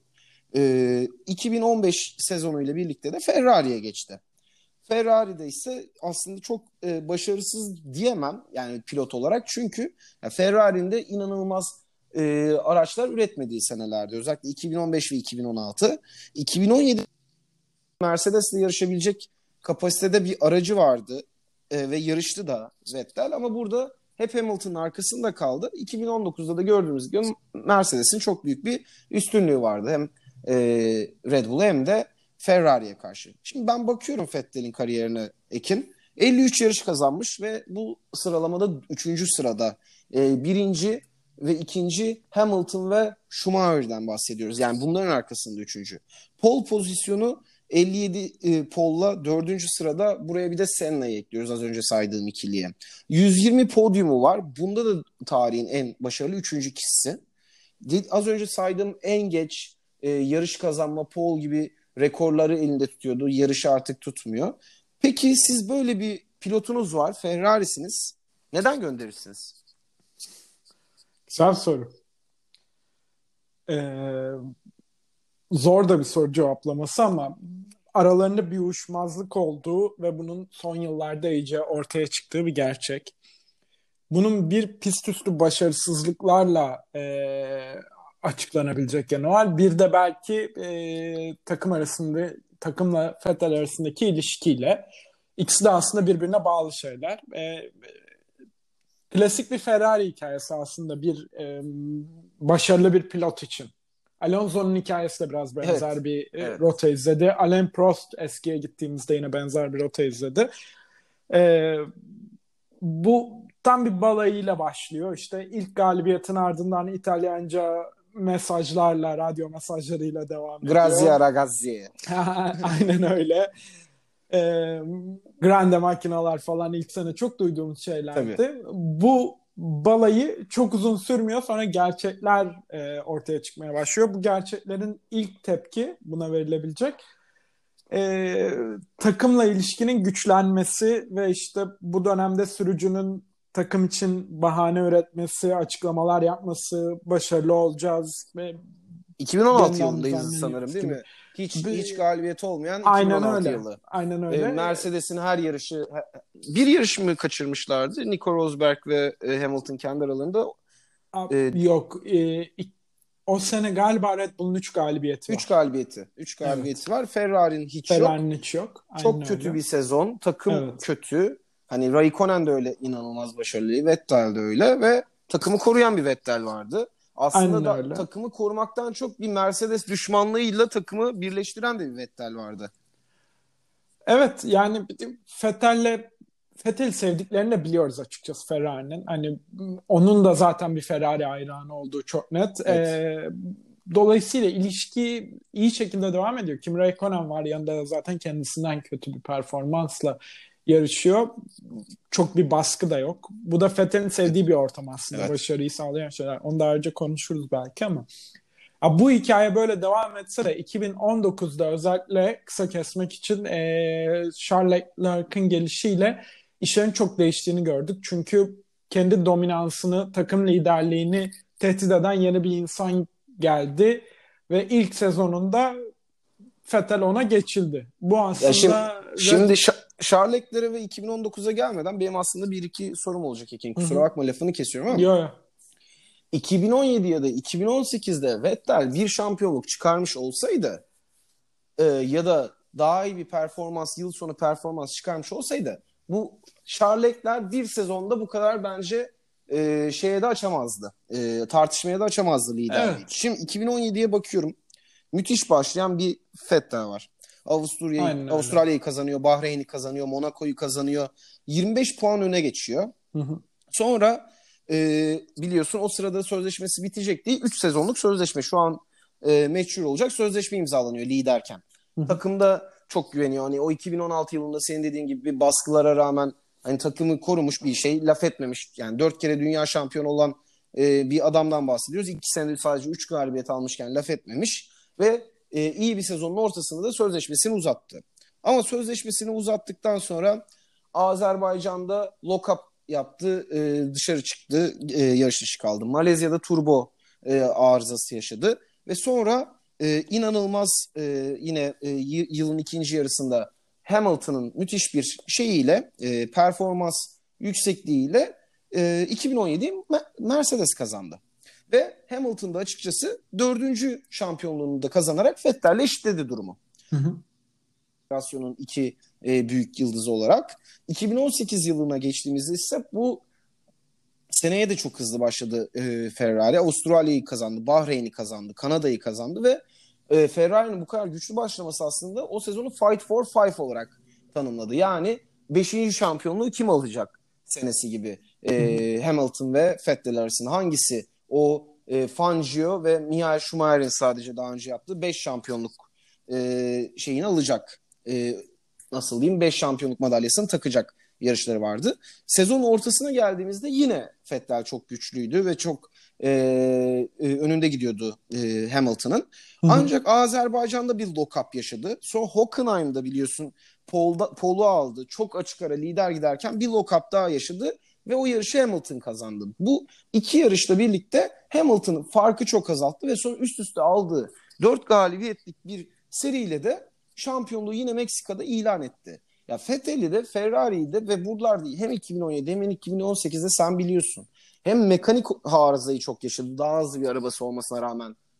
2015 sezonuyla birlikte de Ferrari'ye geçti. Ferrari'de ise aslında çok başarısız diyemem yani pilot olarak, çünkü Ferrari'nin de inanılmaz araçlar üretmediği senelerde, özellikle 2015 ve 2016. 2017 Mercedes'le yarışabilecek kapasitede bir aracı vardı ve yarıştı da Vettel, ama burada hep Hamilton'ın arkasında kaldı. 2019'da da gördüğümüz gibi Mercedes'in çok büyük bir üstünlüğü vardı. Hem Red Bull'a hem de Ferrari'ye karşı. Şimdi ben bakıyorum Vettel'in kariyerine Ekin. 53 yarış kazanmış ve bu sıralamada 3. sırada. Birinci ve ikinci Hamilton ve Schumacher'den bahsediyoruz. Yani bunların arkasında 3. Pole pozisyonu 57 pole'la 4. sırada, buraya bir de Senna'yı ekliyoruz az önce saydığım ikiliye. 120 podyumu var. Bunda da tarihin en başarılı 3. kişisi. Az önce saydığım en geç yarış kazanma, pole gibi rekorları elinde tutuyordu. Yarışı artık tutmuyor. Peki siz böyle bir pilotunuz var, Ferrari'siniz. Neden gönderirsiniz? Güzel soru. Zor da bir soru cevaplaması ama aralarında bir uyuşmazlık olduğu ve bunun son yıllarda iyice ortaya çıktığı bir gerçek. Bunun bir pist üstü başarısızlıklarla açıklanabilecek yanı var. Bir de belki takım arasında takımla Vettel arasındaki ilişkiyle. İkisi de aslında birbirine bağlı şeyler. Klasik bir Ferrari hikayesi aslında başarılı bir pilot için. Alonso'nun hikayesi de biraz benzer Evet. bir Evet. rota izledi. Alain Prost eskiye gittiğimizde yine benzer bir rota izledi. E, Bu tam bir balayıyla başlıyor. İşte ilk galibiyetin ardından İtalyanca mesajlarla, radyo mesajlarıyla devam ediyor. Grazia ragazzi. Aynen öyle. E, Grande makinalar falan ilk sene çok duyduğumuz şeylerdi. Tabii. Bu balayı çok uzun sürmüyor. Sonra gerçekler ortaya çıkmaya başlıyor. Bu gerçeklerin ilk tepki buna verilebilecek takımla ilişkinin güçlenmesi ve işte bu dönemde sürücünün takım için bahane üretmesi, açıklamalar yapması, başarılı olacağız ve 2016 yeniden yılındayız düzenleniyoruz sanırım değil gibi. mi? Hiç galibiyet olmayan Aynen 2016 öyle. yılı. Aynen öyle. Mercedes'in her yarışı bir yarış mı kaçırmışlardı? Nico Rosberg ve Hamilton kendi aralarında. Yok. O sene galiba Red Bull'un 3 galibiyeti 3 var. galibiyeti. 3 galibiyeti var. Ferrari'nin hiç yok. Ferrari'nin hiç yok. Aynen Çok kötü öyle. bir sezon. Takım Evet. kötü. Hani Raikkonen de öyle inanılmaz başarılı. Vettel de öyle ve takımı koruyan bir Vettel vardı. Aslında Aynen öyle. takımı korumaktan çok bir Mercedes düşmanlığıyla takımı birleştiren de bir Vettel vardı. Evet yani Vettel'i sevdiklerini de biliyoruz açıkçası Ferrari'nin. Hani onun da zaten bir Ferrari hayranı olduğu çok net. Evet. Dolayısıyla ilişki iyi şekilde devam ediyor. Kimi Räikkönen var yanında, zaten kendisinden kötü bir performansla yarışıyor. Çok bir baskı da yok. Bu da Vettel'in sevdiği bir ortam aslında. Evet. Başarıyı sağlayan şeyler. Onu da ayrıca konuşuruz belki ama. Bu hikaye böyle devam etse de 2019'da özellikle kısa kesmek için Charles Leclerc'in gelişiyle işlerin çok değiştiğini gördük. Çünkü kendi dominansını, takım liderliğini tehdit eden yeni bir insan geldi ve ilk sezonunda Vettel ona geçildi. Bu aslında şimdi Charles Leclerc'e ve 2019'a gelmeden benim aslında bir iki sorum olacak Ekin. Kusura bakma lafını kesiyorum ama. Yo. 2017 ya da 2018'de Vettel bir şampiyonluk çıkarmış olsaydı ya da daha iyi bir performans, yıl sonu performans çıkarmış olsaydı bu Charles Leclerc bir sezonda bu kadar bence şeye de açamazdı. Tartışmaya da açamazdı liderliği. Evet. Şimdi 2017'ye bakıyorum. Müthiş başlayan bir Vettel var. Avustralya'yı kazanıyor, Bahreyn'i kazanıyor, Monaco'yu kazanıyor. 25 puan öne geçiyor. Sonra biliyorsun o sırada sözleşmesi bitecek değil. 3 sezonluk sözleşme şu an meçhul olacak. Sözleşme imzalanıyor liderken. Takımda çok güveniyor. Hani o 2016 yılında senin dediğin gibi bir baskılara rağmen hani takımı korumuş, bir şey laf etmemiş. Yani 4 kere dünya şampiyonu olan bir adamdan bahsediyoruz. 2 senede sadece 3 galibiyet almışken laf etmemiş ve iyi bir sezonun ortasında da sözleşmesini uzattı. Ama sözleşmesini uzattıktan sonra Azerbaycan'da lock-up yaptı, dışarı çıktı, yarış dışı kaldı. Malezya'da turbo arızası yaşadı ve sonra inanılmaz yine yılın ikinci yarısında Hamilton'ın müthiş bir şeyiyle, performans yüksekliğiyle 2017'yi Mercedes kazandı. Ve Hamilton da açıkçası 4. şampiyonluğunu da kazanarak Vettel'le eşitledi durumu. Operasyonun iki büyük yıldızı olarak. 2018 yılına geçtiğimizde ise bu seneye de çok hızlı başladı Ferrari. Avustralya'yı kazandı, Bahreyn'i kazandı, Kanada'yı kazandı ve Ferrari'nin bu kadar güçlü başlaması aslında o sezonu Fight for Five olarak tanımladı. Yani 5. şampiyonluğu kim alacak senesi gibi. Hamilton ve Vettel arasında hangisi o Fangio ve Michael Schumacher'in sadece daha önce yaptığı 5 şampiyonluk şeyini alacak. Nasıl diyeyim? 5 şampiyonluk madalyasını takacak yarışları vardı. Sezonun ortasına geldiğimizde yine Vettel çok güçlüydü ve çok önünde gidiyordu Hamilton'ın. Ancak Azerbaycan'da bir lock-up yaşadı. Sonra Hockenheim'da biliyorsun Paul'u aldı. Çok açık ara lider giderken bir lock-up daha yaşadı ve o yarışı Hamilton kazandı. Bu iki yarışla birlikte Hamilton'ın farkı çok azalttı ve sonra üst üste aldığı 4 galibiyetlik bir seriyle de şampiyonluğu yine Meksika'da ilan etti. Ya Vettel'i de Ferrari'yi de ve buralarda hem 2017 hem 2018'de sen biliyorsun. Hem mekanik arızayı çok yaşadı. Daha hızlı bir arabası olmasına rağmen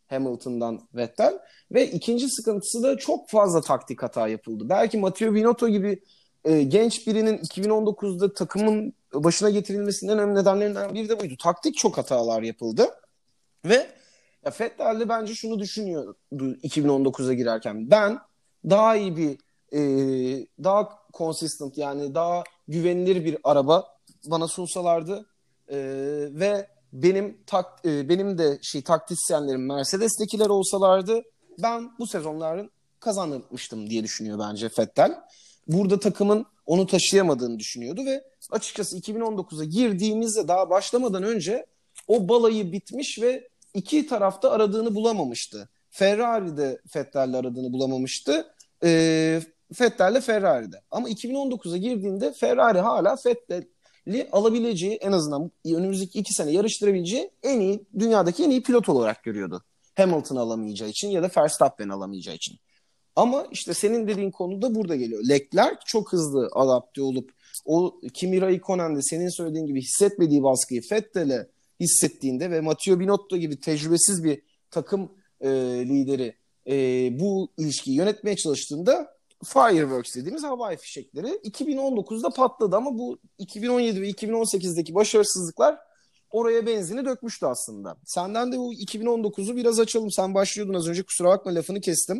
Hamilton'dan Vettel. Ve ikinci sıkıntısı da çok fazla taktik hata yapıldı. Belki Matteo Binotto gibi genç birinin 2019'da takımın başına getirilmesinin en önemli nedenlerinden biri de buydu. Taktik çok hatalar yapıldı. Ve ya Vettel de bence şunu düşünüyordu 2019'a girerken. Ben daha iyi bir daha consistent, yani daha güvenilir bir araba bana sunsalardı ve benim de taktisyenlerim Mercedes'tekiler olsalardı, ben bu sezonların kazanmıştım diye düşünüyor bence Vettel. Burada takımın onu taşıyamadığını düşünüyordu ve açıkçası 2019'a girdiğimizde daha başlamadan önce o balayı bitmiş ve iki tarafta aradığını bulamamıştı. Ferrari'de Vettel'le aradığını bulamamıştı. Vettel'le Ferrari'de. Ama 2019'a girdiğinde Ferrari hala Vettel'i alabileceği, en azından önümüzdeki 2 sene yarıştırabileceği dünyadaki en iyi pilot olarak görüyordu. Hamilton alamayacağı için ya da Verstappen alamayacağı için. Ama işte senin dediğin konu da burada geliyor. Leclerc çok hızlı adapte olup o Kimi Raikkonen de senin söylediğin gibi hissetmediği baskıyı Vettel'e hissettiğinde ve Matteo Binotto gibi tecrübesiz bir takım lideri bu ilişkiyi yönetmeye çalıştığında fireworks dediğimiz havai fişekleri 2019'da patladı, ama bu 2017 ve 2018'deki başarısızlıklar oraya benzini dökmüştü aslında. Senden de bu 2019'u biraz açalım. Sen başlıyordun az önce, kusura bakma lafını kestim.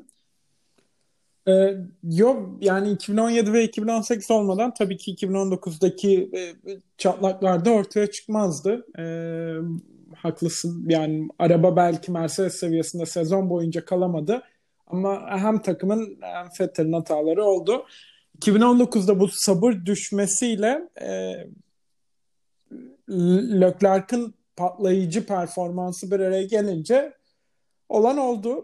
Yok yani 2017 ve 2018 olmadan tabii ki 2019'daki çatlaklar da ortaya çıkmazdı. Haklısın, yani araba belki Mercedes seviyesinde sezon boyunca kalamadı ama hem takımın hem Vettel'in hataları oldu. 2019'da bu sabır düşmesiyle Leclerc'in patlayıcı performansı bir araya gelince olan oldu.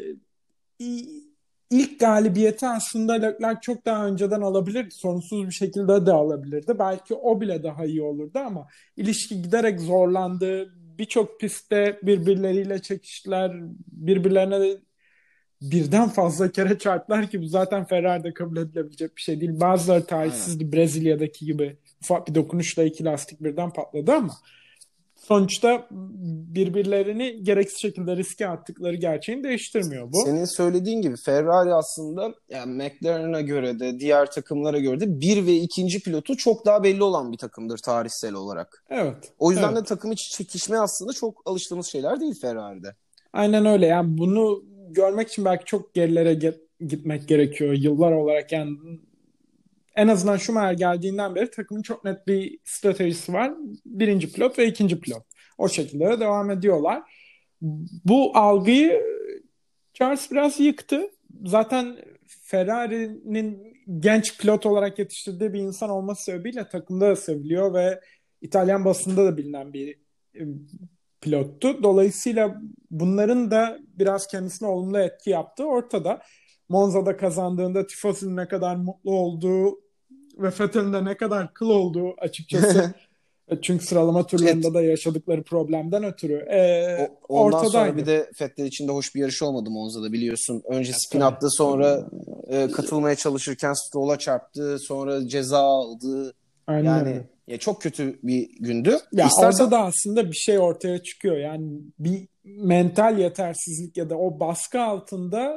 İlk galibiyeti aslında Leclerc çok daha önceden alabilirdi. Sorunsuz bir şekilde de alabilirdi. Belki o bile daha iyi olurdu ama ilişki giderek zorlandı. Birçok pistte birbirleriyle çekiştiler. Birbirlerine de birden fazla kere çarptılar ki bu zaten Ferrari'de kabul edilebilecek bir şey değil. Bazıları talihsizdi. Brezilya'daki gibi ufak bir dokunuşla 2 lastik birden patladı ama sonuçta birbirlerini gereksiz şekilde riske attıkları gerçeğini değiştirmiyor bu. Senin söylediğin gibi Ferrari aslında yani McLaren'a göre de diğer takımlara göre de 1 ve 2. pilotu çok daha belli olan bir takımdır tarihsel olarak. Evet. O yüzden de takım içi çekişme aslında çok alıştığımız şeyler değil Ferrari'de. Aynen öyle. Yani bunu görmek için belki çok gerilere gitmek gerekiyor yıllar olarak. Yani en azından Schumacher geldiğinden beri takımın çok net bir stratejisi var. 1. pilot ve 2. pilot. O şekilde de devam ediyorlar. Bu algıyı Charles biraz yıktı. Zaten Ferrari'nin genç pilot olarak yetiştirdiği bir insan olması sebebiyle takımda da seviliyor ve İtalyan basında da bilinen bir pilottu. Dolayısıyla bunların da biraz kendisine olumlu etki yaptığı ortada. Monza'da kazandığında Tifosi'nin ne kadar mutlu olduğu ve Vettel'in de ne kadar kıl olduğu açıkçası. Çünkü sıralama turlarında da yaşadıkları problemden ötürü. Ondan ortadaydı. sonra bir de Vettel için de hoş bir yarış olmadı Monza'da, biliyorsun. Önce spin attı, sonra katılmaya çalışırken Stroll'a çarptı, sonra ceza aldı. Aynen yani öyle. Ya çok kötü bir gündü. Ya orada da aslında bir şey ortaya çıkıyor. Yani bir mental yetersizlik ya da o baskı altında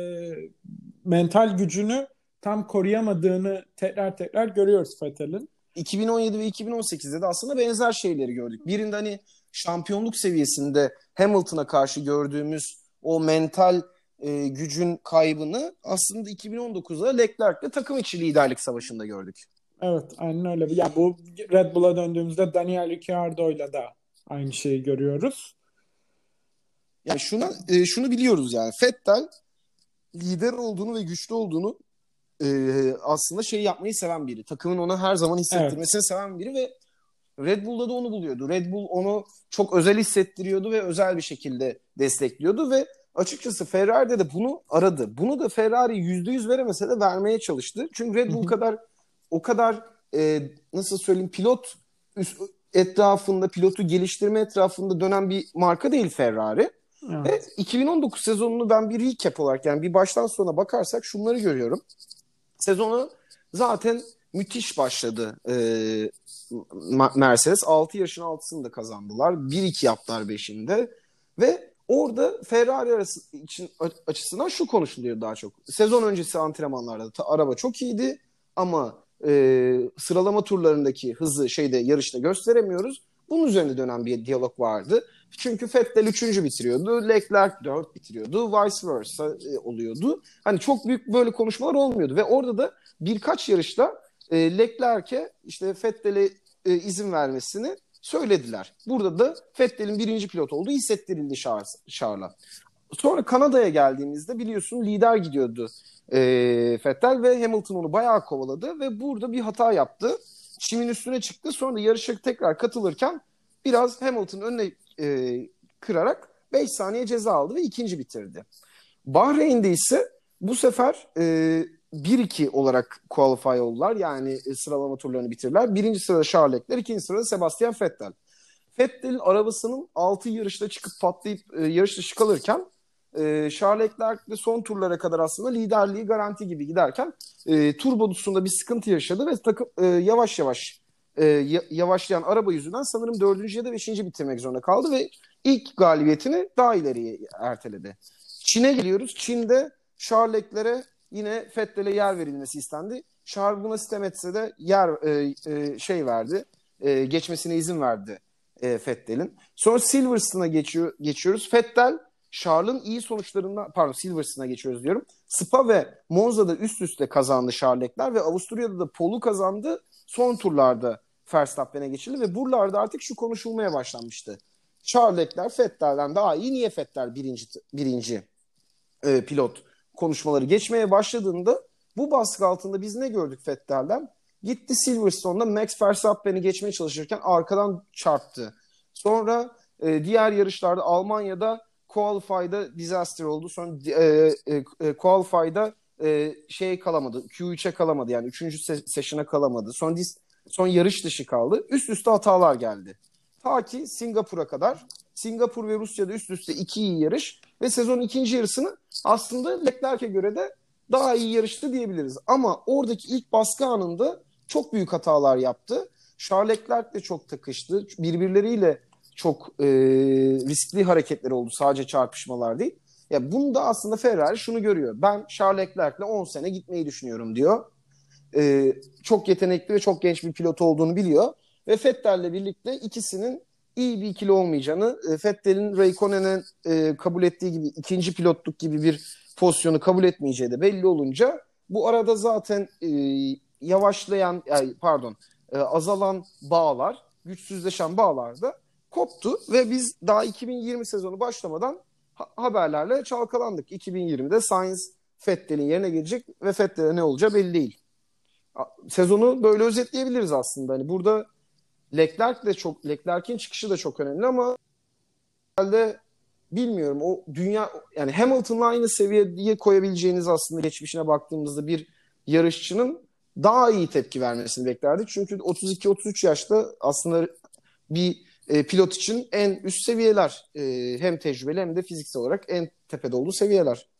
mental gücünü tam koruyamadığını tekrar görüyoruz Vettel'in. 2017 ve 2018'de de aslında benzer şeyleri gördük. Birinde hani şampiyonluk seviyesinde Hamilton'a karşı gördüğümüz o mental gücün kaybını aslında 2019'da Leclerc'le takım içi liderlik savaşında gördük. Evet, aynen öyle. Ya bu Red Bull'a döndüğümüzde Daniel Ricciardo'yla da aynı şeyi görüyoruz. Yani şunu biliyoruz, yani Vettel lider olduğunu ve güçlü olduğunu aslında yapmayı seven biri. Takımın ona her zaman hissettirmesini seven biri ve Red Bull'da da onu buluyordu. Red Bull onu çok özel hissettiriyordu ve özel bir şekilde destekliyordu ve açıkçası Ferrari'de de bunu aradı. Bunu da Ferrari %100 veremese de vermeye çalıştı. Çünkü Red Bull o kadar nasıl söyleyeyim, pilot etrafında, pilotu geliştirme etrafında dönen bir marka değil Ferrari. Evet. Ve 2019 sezonunu ben bir recap olarak, yani bir baştan sona bakarsak şunları görüyorum. Sezonu zaten müthiş başladı Mercedes. 6 yarışın 6'sını da kazandılar. 1-2 yaptılar 5'inde. Ve Orada Ferrari açısından şu konuşuluyor daha çok. Sezon öncesi antrenmanlarda araba çok iyiydi ama sıralama turlarındaki hızı yarışta gösteremiyoruz. Bunun üzerine dönen bir diyalog vardı. Çünkü Vettel 3. bitiriyordu, Leclerc 4 bitiriyordu, vice versa oluyordu. Hani çok büyük böyle konuşmalar olmuyordu ve orada da birkaç yarışta Leclerc'e işte Vettel'e izin vermesini söylediler. Burada da Vettel'in 1. pilot olduğu hissettirildi Charles'a. Sonra Kanada'ya geldiğimizde biliyorsun lider gidiyordu Vettel ve Hamilton onu bayağı kovaladı ve burada bir hata yaptı. Çimin üstüne çıktı. Sonra da yarışa tekrar katılırken biraz Hamilton'ın önüne kırarak 5 saniye ceza aldı ve 2. bitirdi. Bahreyn'de ise bu sefer 1-2 olarak qualify oldular. Yani sıralama turlarını bitirdiler. 1. sırada Charles Leclerc, 2. sırada Sebastian Vettel. Vettel'in arabasının 6 yarışta çıkıp patlayıp yarış dışı kalırken Charles Leclerc de son turlara kadar aslında liderliği garanti gibi giderken turbodusunda bir sıkıntı yaşadı ve takım yavaş yavaş yavaşlayan araba yüzünden sanırım 4. ya da 5. bitirmek zorunda kaldı ve ilk galibiyetini daha ileriye erteledi. Çin'e geliyoruz. Çin'de Charles Leclerc'e yine Vettel'e yer verilmesi istendi. Charles buna sitem etse de verdi. Geçmesine izin verdi Vettel'in. Sonra Silverstone'a geçiyoruz. Vettel Charles'ın iyi sonuçlarından Silverstone'a geçiyoruz diyorum. Spa ve Monza'da üst üste kazandı Charles Leclerc ve Avusturya'da da pole'u kazandı. Son turlarda Verstappen'e geçildi ve buralarda artık şu konuşulmaya başlanmıştı. Charles Leclerc Vettel'den daha iyi. Niye Vettel birinci pilot konuşmaları geçmeye başladığında bu baskı altında biz ne gördük Vettel'den? Gitti Silverstone'da Max Verstappen'i geçmeye çalışırken arkadan çarptı. Sonra diğer yarışlarda Almanya'da Qualify'da disaster oldu. Sonra Qualify'da kalamadı. Q3'e kalamadı. Yani 3. session'a kalamadı. Son yarış dışı kaldı. Üst üste hatalar geldi. Ta ki Singapur'a kadar. Singapur ve Rusya'da üst üste 2 iyi yarış ve sezonun 2. yarısını aslında Leclerc'e göre de daha iyi yarıştı diyebiliriz. Ama oradaki ilk baskı anında çok büyük hatalar yaptı. Charles Leclerc de çok takıştı. Birbirleriyle çok riskli hareketler oldu. Sadece çarpışmalar değil. Ya bunda aslında Ferrari şunu görüyor. Ben Charles Leclerc'le 10 sene gitmeyi düşünüyorum diyor. Çok yetenekli ve çok genç bir pilot olduğunu biliyor. Ve Vettel'le birlikte ikisinin iyi bir ikili olmayacağını, Vettel'in Raikkonen'e kabul ettiği gibi 2. pilotluk gibi bir pozisyonu kabul etmeyeceği de belli olunca bu arada zaten azalan bağlar, güçsüzleşen bağlar da koptu ve biz daha 2020 sezonu başlamadan haberlerle çalkalandık. 2020'de Sainz Vettel'in yerine gelecek ve Vettel'e ne olacağı belli değil. Sezonu böyle özetleyebiliriz aslında. Hani burada Leclerc'in çıkışı da çok önemli ama herhalde bilmiyorum o dünya yani Hamilton'la aynı seviyeye koyabileceğiniz aslında geçmişine baktığımızda bir yarışçının daha iyi tepki vermesini beklerdik. Çünkü 32-33 yaşta aslında bir pilot için en üst seviyeler hem tecrübeli hem de fiziksel olarak en tepede olduğu seviyeler.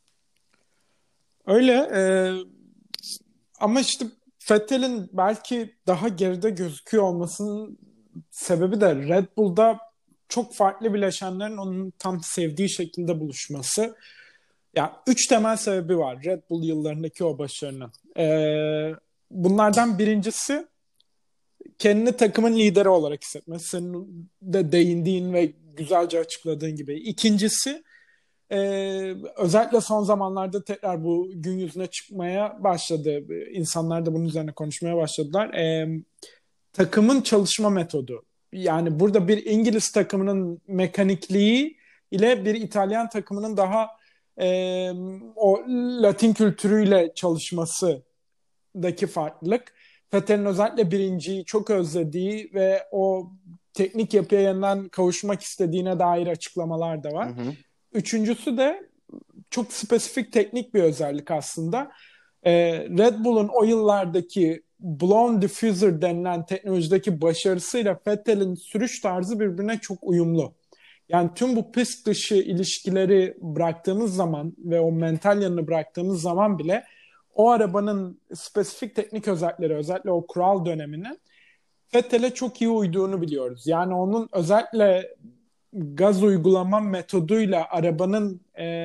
Öyle ama işte Vettel'in belki daha geride gözüküyor olmasının sebebi de Red Bull'da çok farklı bileşenlerin onun tam sevdiği şekilde buluşması. Ya 3 temel sebebi var Red Bull yıllarındaki o başarının. Bunlardan birincisi kendini takımın lideri olarak hissetmesi. Senin de değindiğin ve güzelce açıkladığın gibi. İkincisi özellikle son zamanlarda tekrar bu gün yüzüne çıkmaya başladı. İnsanlar da bunun üzerine konuşmaya başladılar. Takımın çalışma metodu. Yani burada bir İngiliz takımının mekanikliği ile bir İtalyan takımının daha o Latin kültürüyle çalışmasındaki farklılık. Vettel'in özellikle birinciyi çok özlediği ve o teknik yapıya yeniden kavuşmak istediğine dair açıklamalar da var. Hı hı. Üçüncüsü de çok spesifik teknik bir özellik aslında. Red Bull'un o yıllardaki blown diffuser denilen teknolojideki başarısıyla Vettel'in sürüş tarzı birbirine çok uyumlu. Yani tüm bu pist dışı ilişkileri bıraktığınız zaman ve o mental yanını bıraktığınız zaman bile o arabanın spesifik teknik özellikleri, özellikle o kural döneminin Vettel'e çok iyi uyduğunu biliyoruz. Yani onun özellikle gaz uygulama metoduyla arabanın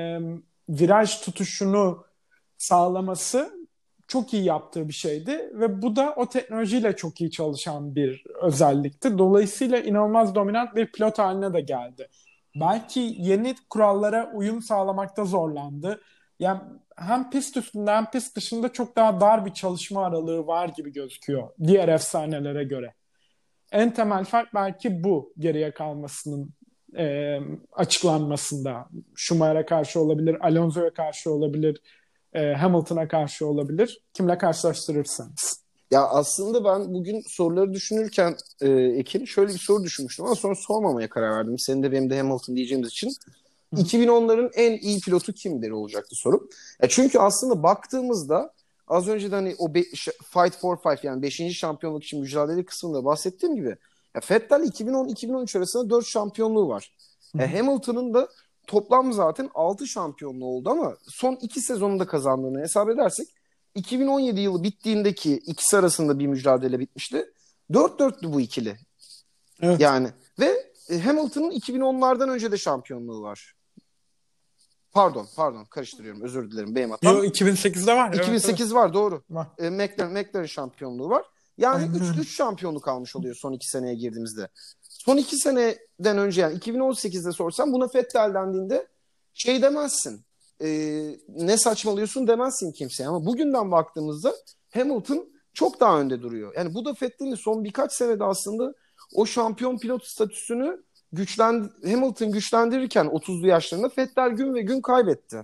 viraj tutuşunu sağlaması çok iyi yaptığı bir şeydi ve bu da o teknolojiyle çok iyi çalışan bir özellikti. Dolayısıyla inanılmaz dominant bir pilot haline de geldi. Belki yeni kurallara uyum sağlamakta zorlandı. Yani hem pist üstünde hem pist dışında çok daha dar bir çalışma aralığı var gibi gözüküyor diğer efsanelere göre. En temel fark belki bu geriye kalmasının açıklanmasında. Schumacher'a karşı olabilir, Alonso'ya karşı olabilir, Hamilton'a karşı olabilir. Kimle karşılaştırırsanız. Ya aslında ben bugün soruları düşünürken Ekin şöyle bir soru düşünmüştüm ama sonra sormamaya karar verdim. Senin de benim de Hamilton diyeceğimiz için. 2010'ların en iyi pilotu kimdir olacaktı sorum. Çünkü aslında baktığımızda az önce de hani o Fight for Five yani 5. şampiyonluk için mücadele kısmında bahsettiğim gibi Vettel 2010-2013 arasında 4 şampiyonluğu var. Hamilton'ın da toplam zaten 6 şampiyonluğu oldu ama son 2 sezonunda kazandığını hesap edersek 2017 yılı bittiğindeki ikisi arasında bir mücadele bitmişti. 4-4'tü bu ikili. Evet. Yani ve Hamilton'ın 2010'lardan önce de şampiyonluğu var. Pardon karıştırıyorum, özür dilerim, benim hatam. Yo, 2008'de var. 2008 evet. var, doğru. Var. McLaren şampiyonluğu var. Yani 3 şampiyonluk almış oluyor son 2 seneye girdiğimizde. Son 2 seneden önce yani 2018'de sorsam buna Vettel dendiğinde şey demezsin. Ne saçmalıyorsun demezsin kimseye ama bugünden baktığımızda Hamilton çok daha önde duruyor. Yani bu da Vettel'in son birkaç senede aslında o şampiyon pilot statüsünü Hamilton güçlendirirken 30'lu yaşlarında Vettel gün ve gün kaybetti.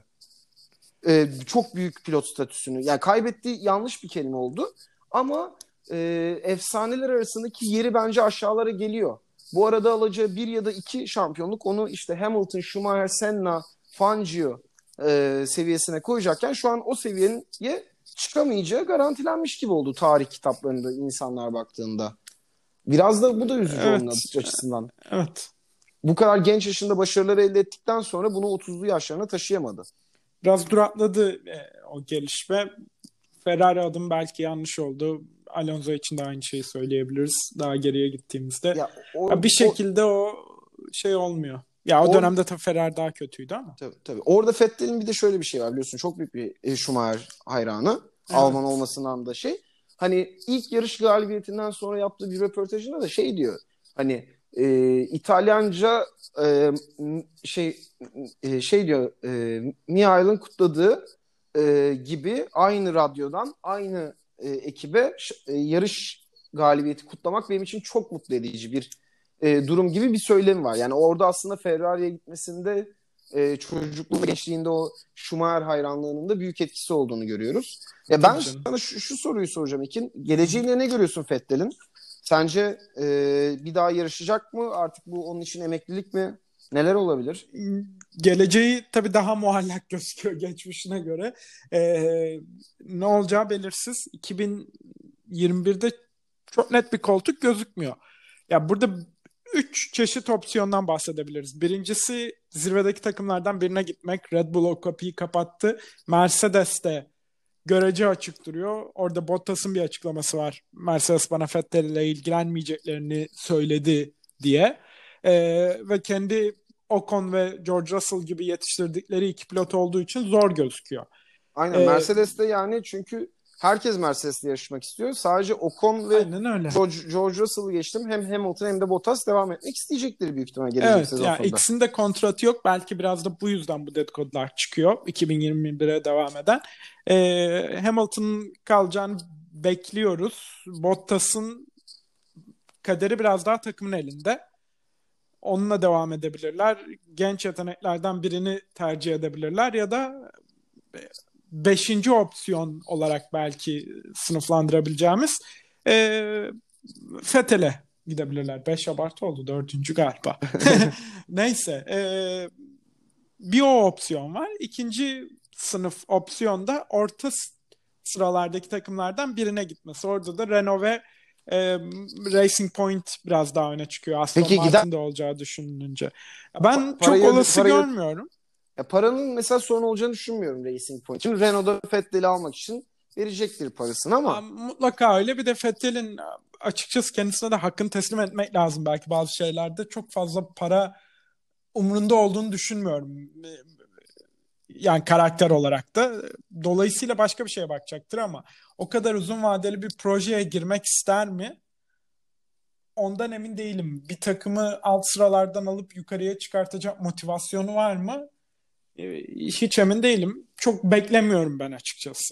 Çok büyük pilot statüsünü. Yani kaybetti yanlış bir kelime oldu. Ama efsaneler arasındaki yeri bence aşağılara geliyor. Bu arada alacağı 1 ya da 2 şampiyonluk onu işte Hamilton, Schumacher, Senna, Fangio seviyesine koyacakken şu an o seviyeye çıkamayacağı garantilenmiş gibi oldu tarih kitaplarında insanlar baktığında. Biraz da bu da üzücü onun açısından. Evet. Bu kadar genç yaşında başarıları elde ettikten sonra bunu 30'lu yaşlarına taşıyamadı. Biraz durakladı o gelişme. Ferrari adım belki yanlış oldu. Alonso için de aynı şeyi söyleyebiliriz daha geriye gittiğimizde. Bir şekilde o şey olmuyor. Ya o dönemde tabii Ferrari daha kötüydü ama. Tabii. Orada Vettel'in bir de şöyle bir şey var biliyorsun. Çok büyük bir Schumacher hayranı. Evet. Alman olmasından da şey. Hani ilk yarış galibiyetinden sonra yaptığı bir röportajında da şey diyor. Hani İtalyanca şey diyor Mihail'in kutladığı gibi aynı radyodan aynı ekibe yarış galibiyeti kutlamak benim için çok mutlu edici bir durum gibi bir söylemi var. Yani orada aslında Ferrari'ye gitmesinde çocukluğu ve gençliğinde o Schumacher hayranlığının da büyük etkisi olduğunu görüyoruz. Ya ben sana şu soruyu soracağım İkin. Geleceğinde ne görüyorsun Vettel'in? Sence bir daha yarışacak mı? Artık bu onun için emeklilik mi? Neler olabilir? Geleceği tabii daha muallak gözüküyor geçmişine göre. Ne olacağı belirsiz. 2021'de çok net bir koltuk gözükmüyor. Ya burada 3 çeşit opsiyondan bahsedebiliriz. Birincisi zirvedeki takımlardan birine gitmek. Red Bull o kapıyı kapattı. Mercedes de görece açık duruyor. Orada Bottas'ın bir açıklaması var. Mercedes bana Vettel ile ilgilenmeyeceklerini söyledi diye. Ve kendi Ocon ve George Russell gibi yetiştirdikleri 2 pilot olduğu için zor gözüküyor. Aynen Mercedes'te yani çünkü herkes Mercedes'le yarışmak istiyor. Sadece Ocon ve George Russell'ı geçtim. Hem Hamilton hem de Bottas devam etmek isteyecektir büyük ihtimal gelecek sezon sonunda. Yani ikisinin de kontratı yok. Belki biraz da bu yüzden bu dedikodular çıkıyor. 2021'e devam eden. Hamilton'ın kalacağını bekliyoruz. Bottas'ın kaderi biraz daha takımın elinde. Onunla devam edebilirler. Genç yeteneklerden birini tercih edebilirler ya da 5. opsiyon olarak belki sınıflandırabileceğimiz Vettel'e gidebilirler. 5 abartı oldu. 4. galiba. Neyse. Bir o opsiyon var. 2. sınıf opsiyonda orta sıralardaki takımlardan birine gitmesi. Orada da Renault ve Racing Point biraz daha öne çıkıyor. Aston Martin'de olacağı düşünülünce. Ben çok olası görmüyorum. Ya paranın mesela sorun olacağını düşünmüyorum Racing Point. Şimdi Renault'da Vettel'i almak için verecektir parasını ama. Mutlaka öyle. Bir de Vettel'in açıkçası kendisine de hakkını teslim etmek lazım belki bazı şeylerde. Çok fazla para umrunda olduğunu düşünmüyorum. Yani karakter olarak da. Dolayısıyla başka bir şeye bakacaktır ama o kadar uzun vadeli bir projeye girmek ister mi? Ondan emin değilim. Bir takımı alt sıralardan alıp yukarıya çıkartacak motivasyonu var mı? Hiç emin değilim. Çok beklemiyorum ben açıkçası.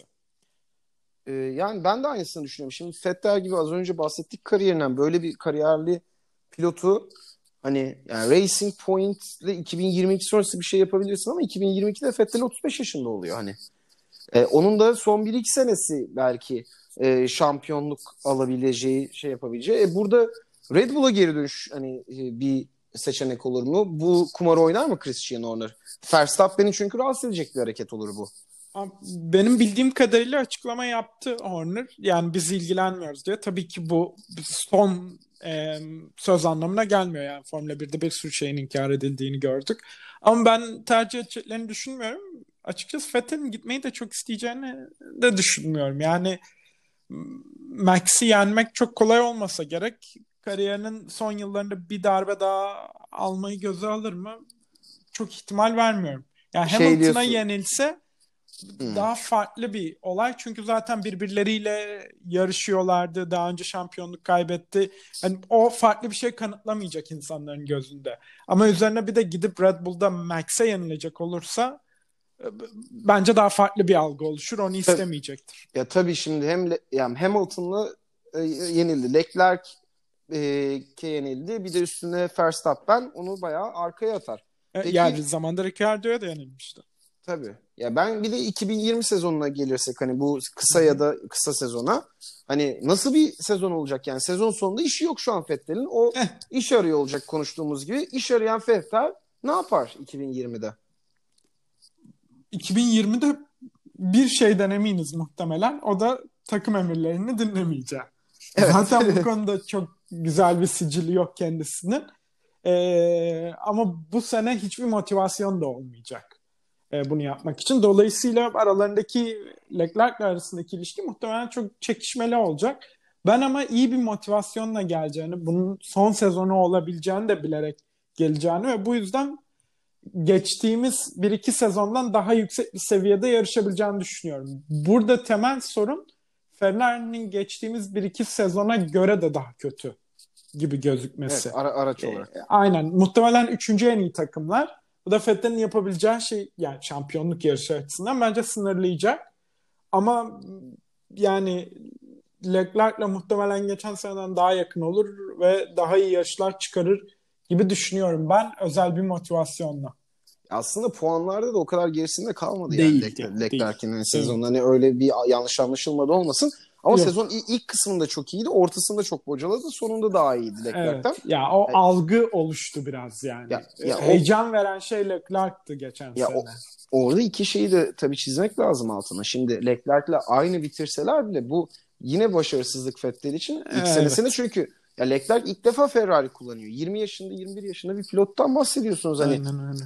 Yani ben de aynısını düşünüyorum. Şimdi Vettel gibi az önce bahsettik kariyerinden böyle bir kariyerli pilotu hani yani Racing Point ile 2022 sonrası bir şey yapabilirsin ama 2022'de Vettel 35 yaşında oluyor hani. Onun da son 1-2 senesi belki şampiyonluk alabileceği, şey yapabileceği. Burada Red Bull'a geri dönüş hani bir seçenek olur mu? Bu kumarı oynar mı Christian Horner? Verstappen'i çünkü rahatsız edecek bir hareket olur bu. Benim bildiğim kadarıyla açıklama yaptı Horner. Yani biz ilgilenmiyoruz diye. Tabii ki bu son söz anlamına gelmiyor. Yani Formula 1'de bir sürü şeyin inkar edildiğini gördük. Ama ben tercih edeceklerini düşünmüyorum. Açıkçası Vettel'in gitmeyi de çok isteyeceğini de düşünmüyorum. Yani Max'i yenmek çok kolay olmasa gerek. Kariyerinin son yıllarında bir darbe daha almayı göze alır mı? Çok ihtimal vermiyorum. Yani Şey Hamilton'a diyorsun. yenilse Hmm. daha farklı bir olay. Çünkü zaten birbirleriyle yarışıyorlardı. Daha önce şampiyonluk kaybetti. Yani o farklı bir şey kanıtlamayacak insanların gözünde. Ama üzerine bir de gidip Red Bull'da Max'e yenilecek olursa bence daha farklı bir algı oluşur. Onu istemeyecektir. Ya tabii şimdi yani Hamilton'la yenildi. Leclerc yenildi. Bir de üstüne Verstappen onu bayağı arkaya atar. Yani Peki zamanda Ricciardo'ya da yenilmişti. tabii. Ya ben bir de 2020 sezonuna gelirsek hani bu Hı kısa hı. ya da kısa sezona hani nasıl bir sezon olacak yani sezon sonunda işi yok şu an Vettel'in. O Eh, iş arıyor olacak konuştuğumuz gibi. İş arayan Vettel ne yapar 2020'de? 2020'de bir şeyden eminiz muhtemelen. O da takım emirlerini dinlemeyeceğim. Evet. Zaten bu konuda çok güzel bir sicili yok kendisinin. Ama bu sene hiçbir motivasyon da olmayacak bunu yapmak için. Dolayısıyla aralarındaki Leclerc'le arasındaki ilişki muhtemelen çok çekişmeli olacak. Ben ama iyi bir motivasyonla geleceğini, bunun son sezonu olabileceğini de bilerek geleceğini ve bu yüzden geçtiğimiz bir iki sezondan daha yüksek bir seviyede yarışabileceğini düşünüyorum. Burada temel sorun Ferrari'nin geçtiğimiz bir iki sezona göre de daha kötü gibi Evet, gözükmesi. araç olarak. Aynen. Muhtemelen üçüncü en iyi takımlar. Bu da Vettel'in yapabileceği şey yani şampiyonluk yarışı açısından bence sınırlayacak. Ama yani Leclerc'le muhtemelen geçen seneden daha yakın olur ve daha iyi yarışlar çıkarır gibi düşünüyorum ben özel bir motivasyonla. Aslında puanlarda da o kadar gerisinde kalmadı yani Değil, değil, değil. Leclerc'in hani Değil. sezonda hani öyle bir yanlış anlaşılma da olmasın. Ama sezon Yok. ilk kısmında çok iyiydi. Ortasında çok bocaladı. Sonunda daha iyiydi Evet. Leclerc'ten. Ya o E, algı oluştu biraz yani. ya o Heyecan veren şey Leclerc'tı geçen ya sene. orada iki şeyi de tabii çizmek lazım altına. Şimdi Leclerc'le aynı bitirseler bile bu yine başarısızlık Vettel için ilk senesinde Evet. çünkü ya Leclerc ilk defa Ferrari kullanıyor. 20 yaşında 21 yaşında bir pilottan bahsediyorsunuz hani. Aynen öyle.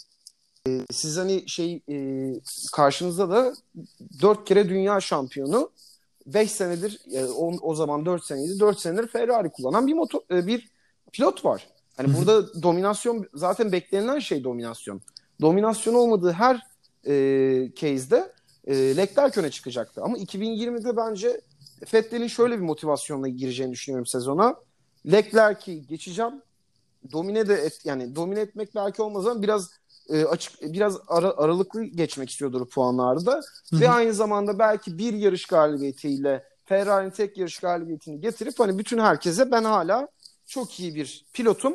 Siz hani karşınızda da 4 kere dünya şampiyonu 5 senedir o zaman 4 seneydi. 4 senedir Ferrari kullanan bir pilot var. Hı Hani hı. burada dominasyon zaten beklenilen şey dominasyon. Dominasyon olmadığı her case'de Leclerc öne çıkacaktı. Ama 2020'de bence Vettel'in şöyle bir motivasyonla gireceğini düşünüyorum sezona. Leclerc'i geçeceğim. Yani domine etmek belki olmaz ama biraz aralıklı geçmek istiyordur puanlarda Hı ve hı. aynı zamanda belki bir yarış galibiyetiyle Ferrari'nin tek yarış galibiyetini getirip hani bütün herkese ben hala çok iyi bir pilotum.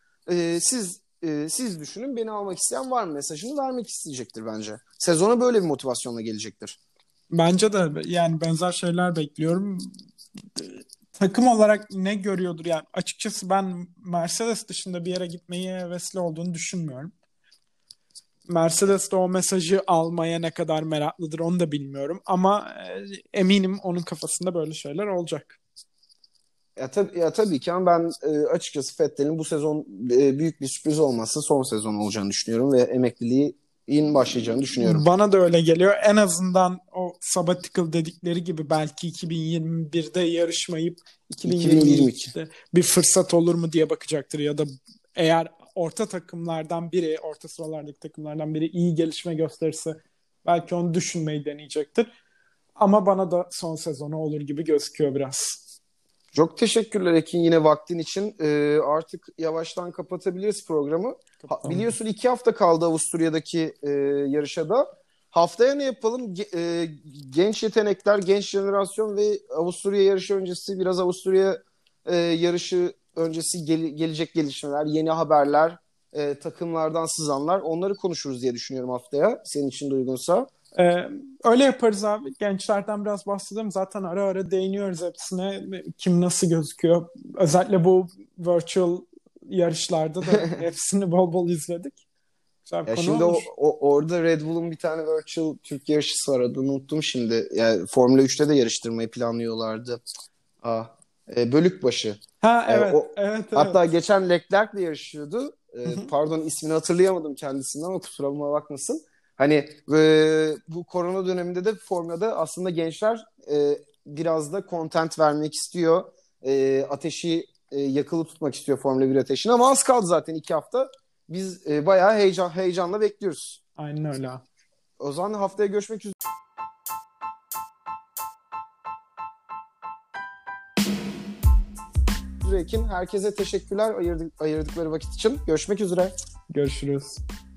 Siz düşünün beni almak isteyen var mı mesajını vermek isteyecektir bence. Sezona böyle bir motivasyonla gelecektir. Bence de yani benzer şeyler bekliyorum. Takım olarak ne görüyordur yani açıkçası ben Mercedes dışında bir yere gitmeye hevesli olduğunu düşünmüyorum. Mercedes de o mesajı almaya ne kadar meraklıdır onu da bilmiyorum ama eminim onun kafasında böyle şeyler olacak. Tabii ki ama ben açıkçası Vettel'in bu sezon büyük bir sürpriz olmazsa son sezon olacağını düşünüyorum ve emekliliğin başlayacağını düşünüyorum. Bana da öyle geliyor. En azından o sabbatical dedikleri gibi belki 2021'de yarışmayıp 2022. 2022'de bir fırsat olur mu diye bakacaktır ya da eğer orta takımlardan biri, orta sıralardaki takımlardan biri iyi gelişme gösterirse belki onu düşünmeyi deneyecektir. Ama bana da son sezonu olur gibi gözüküyor biraz. Çok teşekkürler Ekin, yine vaktin için. Artık yavaştan kapatabiliriz programı. Tamam. Biliyorsun 2 hafta kaldı Avusturya'daki yarışa da. Haftaya ne yapalım? Genç yetenekler, genç jenerasyon ve Avusturya yarışı öncesi, biraz Avusturya yarışı öncesi gelecek gelişmeler, yeni haberler, takımlardan sızanlar, onları konuşuruz diye düşünüyorum haftaya. Senin için de uygunsa. Öyle yaparız abi. Gençlerden biraz bahsedelim. Zaten ara ara değiniyoruz hepsine. Kim nasıl gözüküyor. Özellikle bu virtual yarışlarda da hepsini bol bol izledik. Güzel bir Ya konu şimdi olur. orada Red Bull'un bir tane virtual Türk yarışçısı var, adını unuttum şimdi. Yani Formula 3'te de yarıştırmayı planlıyorlardı. Bölükbaşı. Ha evet, O evet, hatta evet. geçen Leclerc'le yarışıyordu. Pardon, ismini hatırlayamadım kendisinden ama kusuruma bakmasın. Hani bu korona döneminde de Formula'da aslında gençler biraz da content vermek istiyor. Ateşi yakılı tutmak istiyor, Formula 1 ateşini, ama az kaldı zaten 2 hafta. Biz bayağı heyecanla bekliyoruz. Aynen öyle. O zaman haftaya görüşmek üzere Ekin. Herkese teşekkürler ayırdıkları vakit için. Görüşmek üzere. Görüşürüz.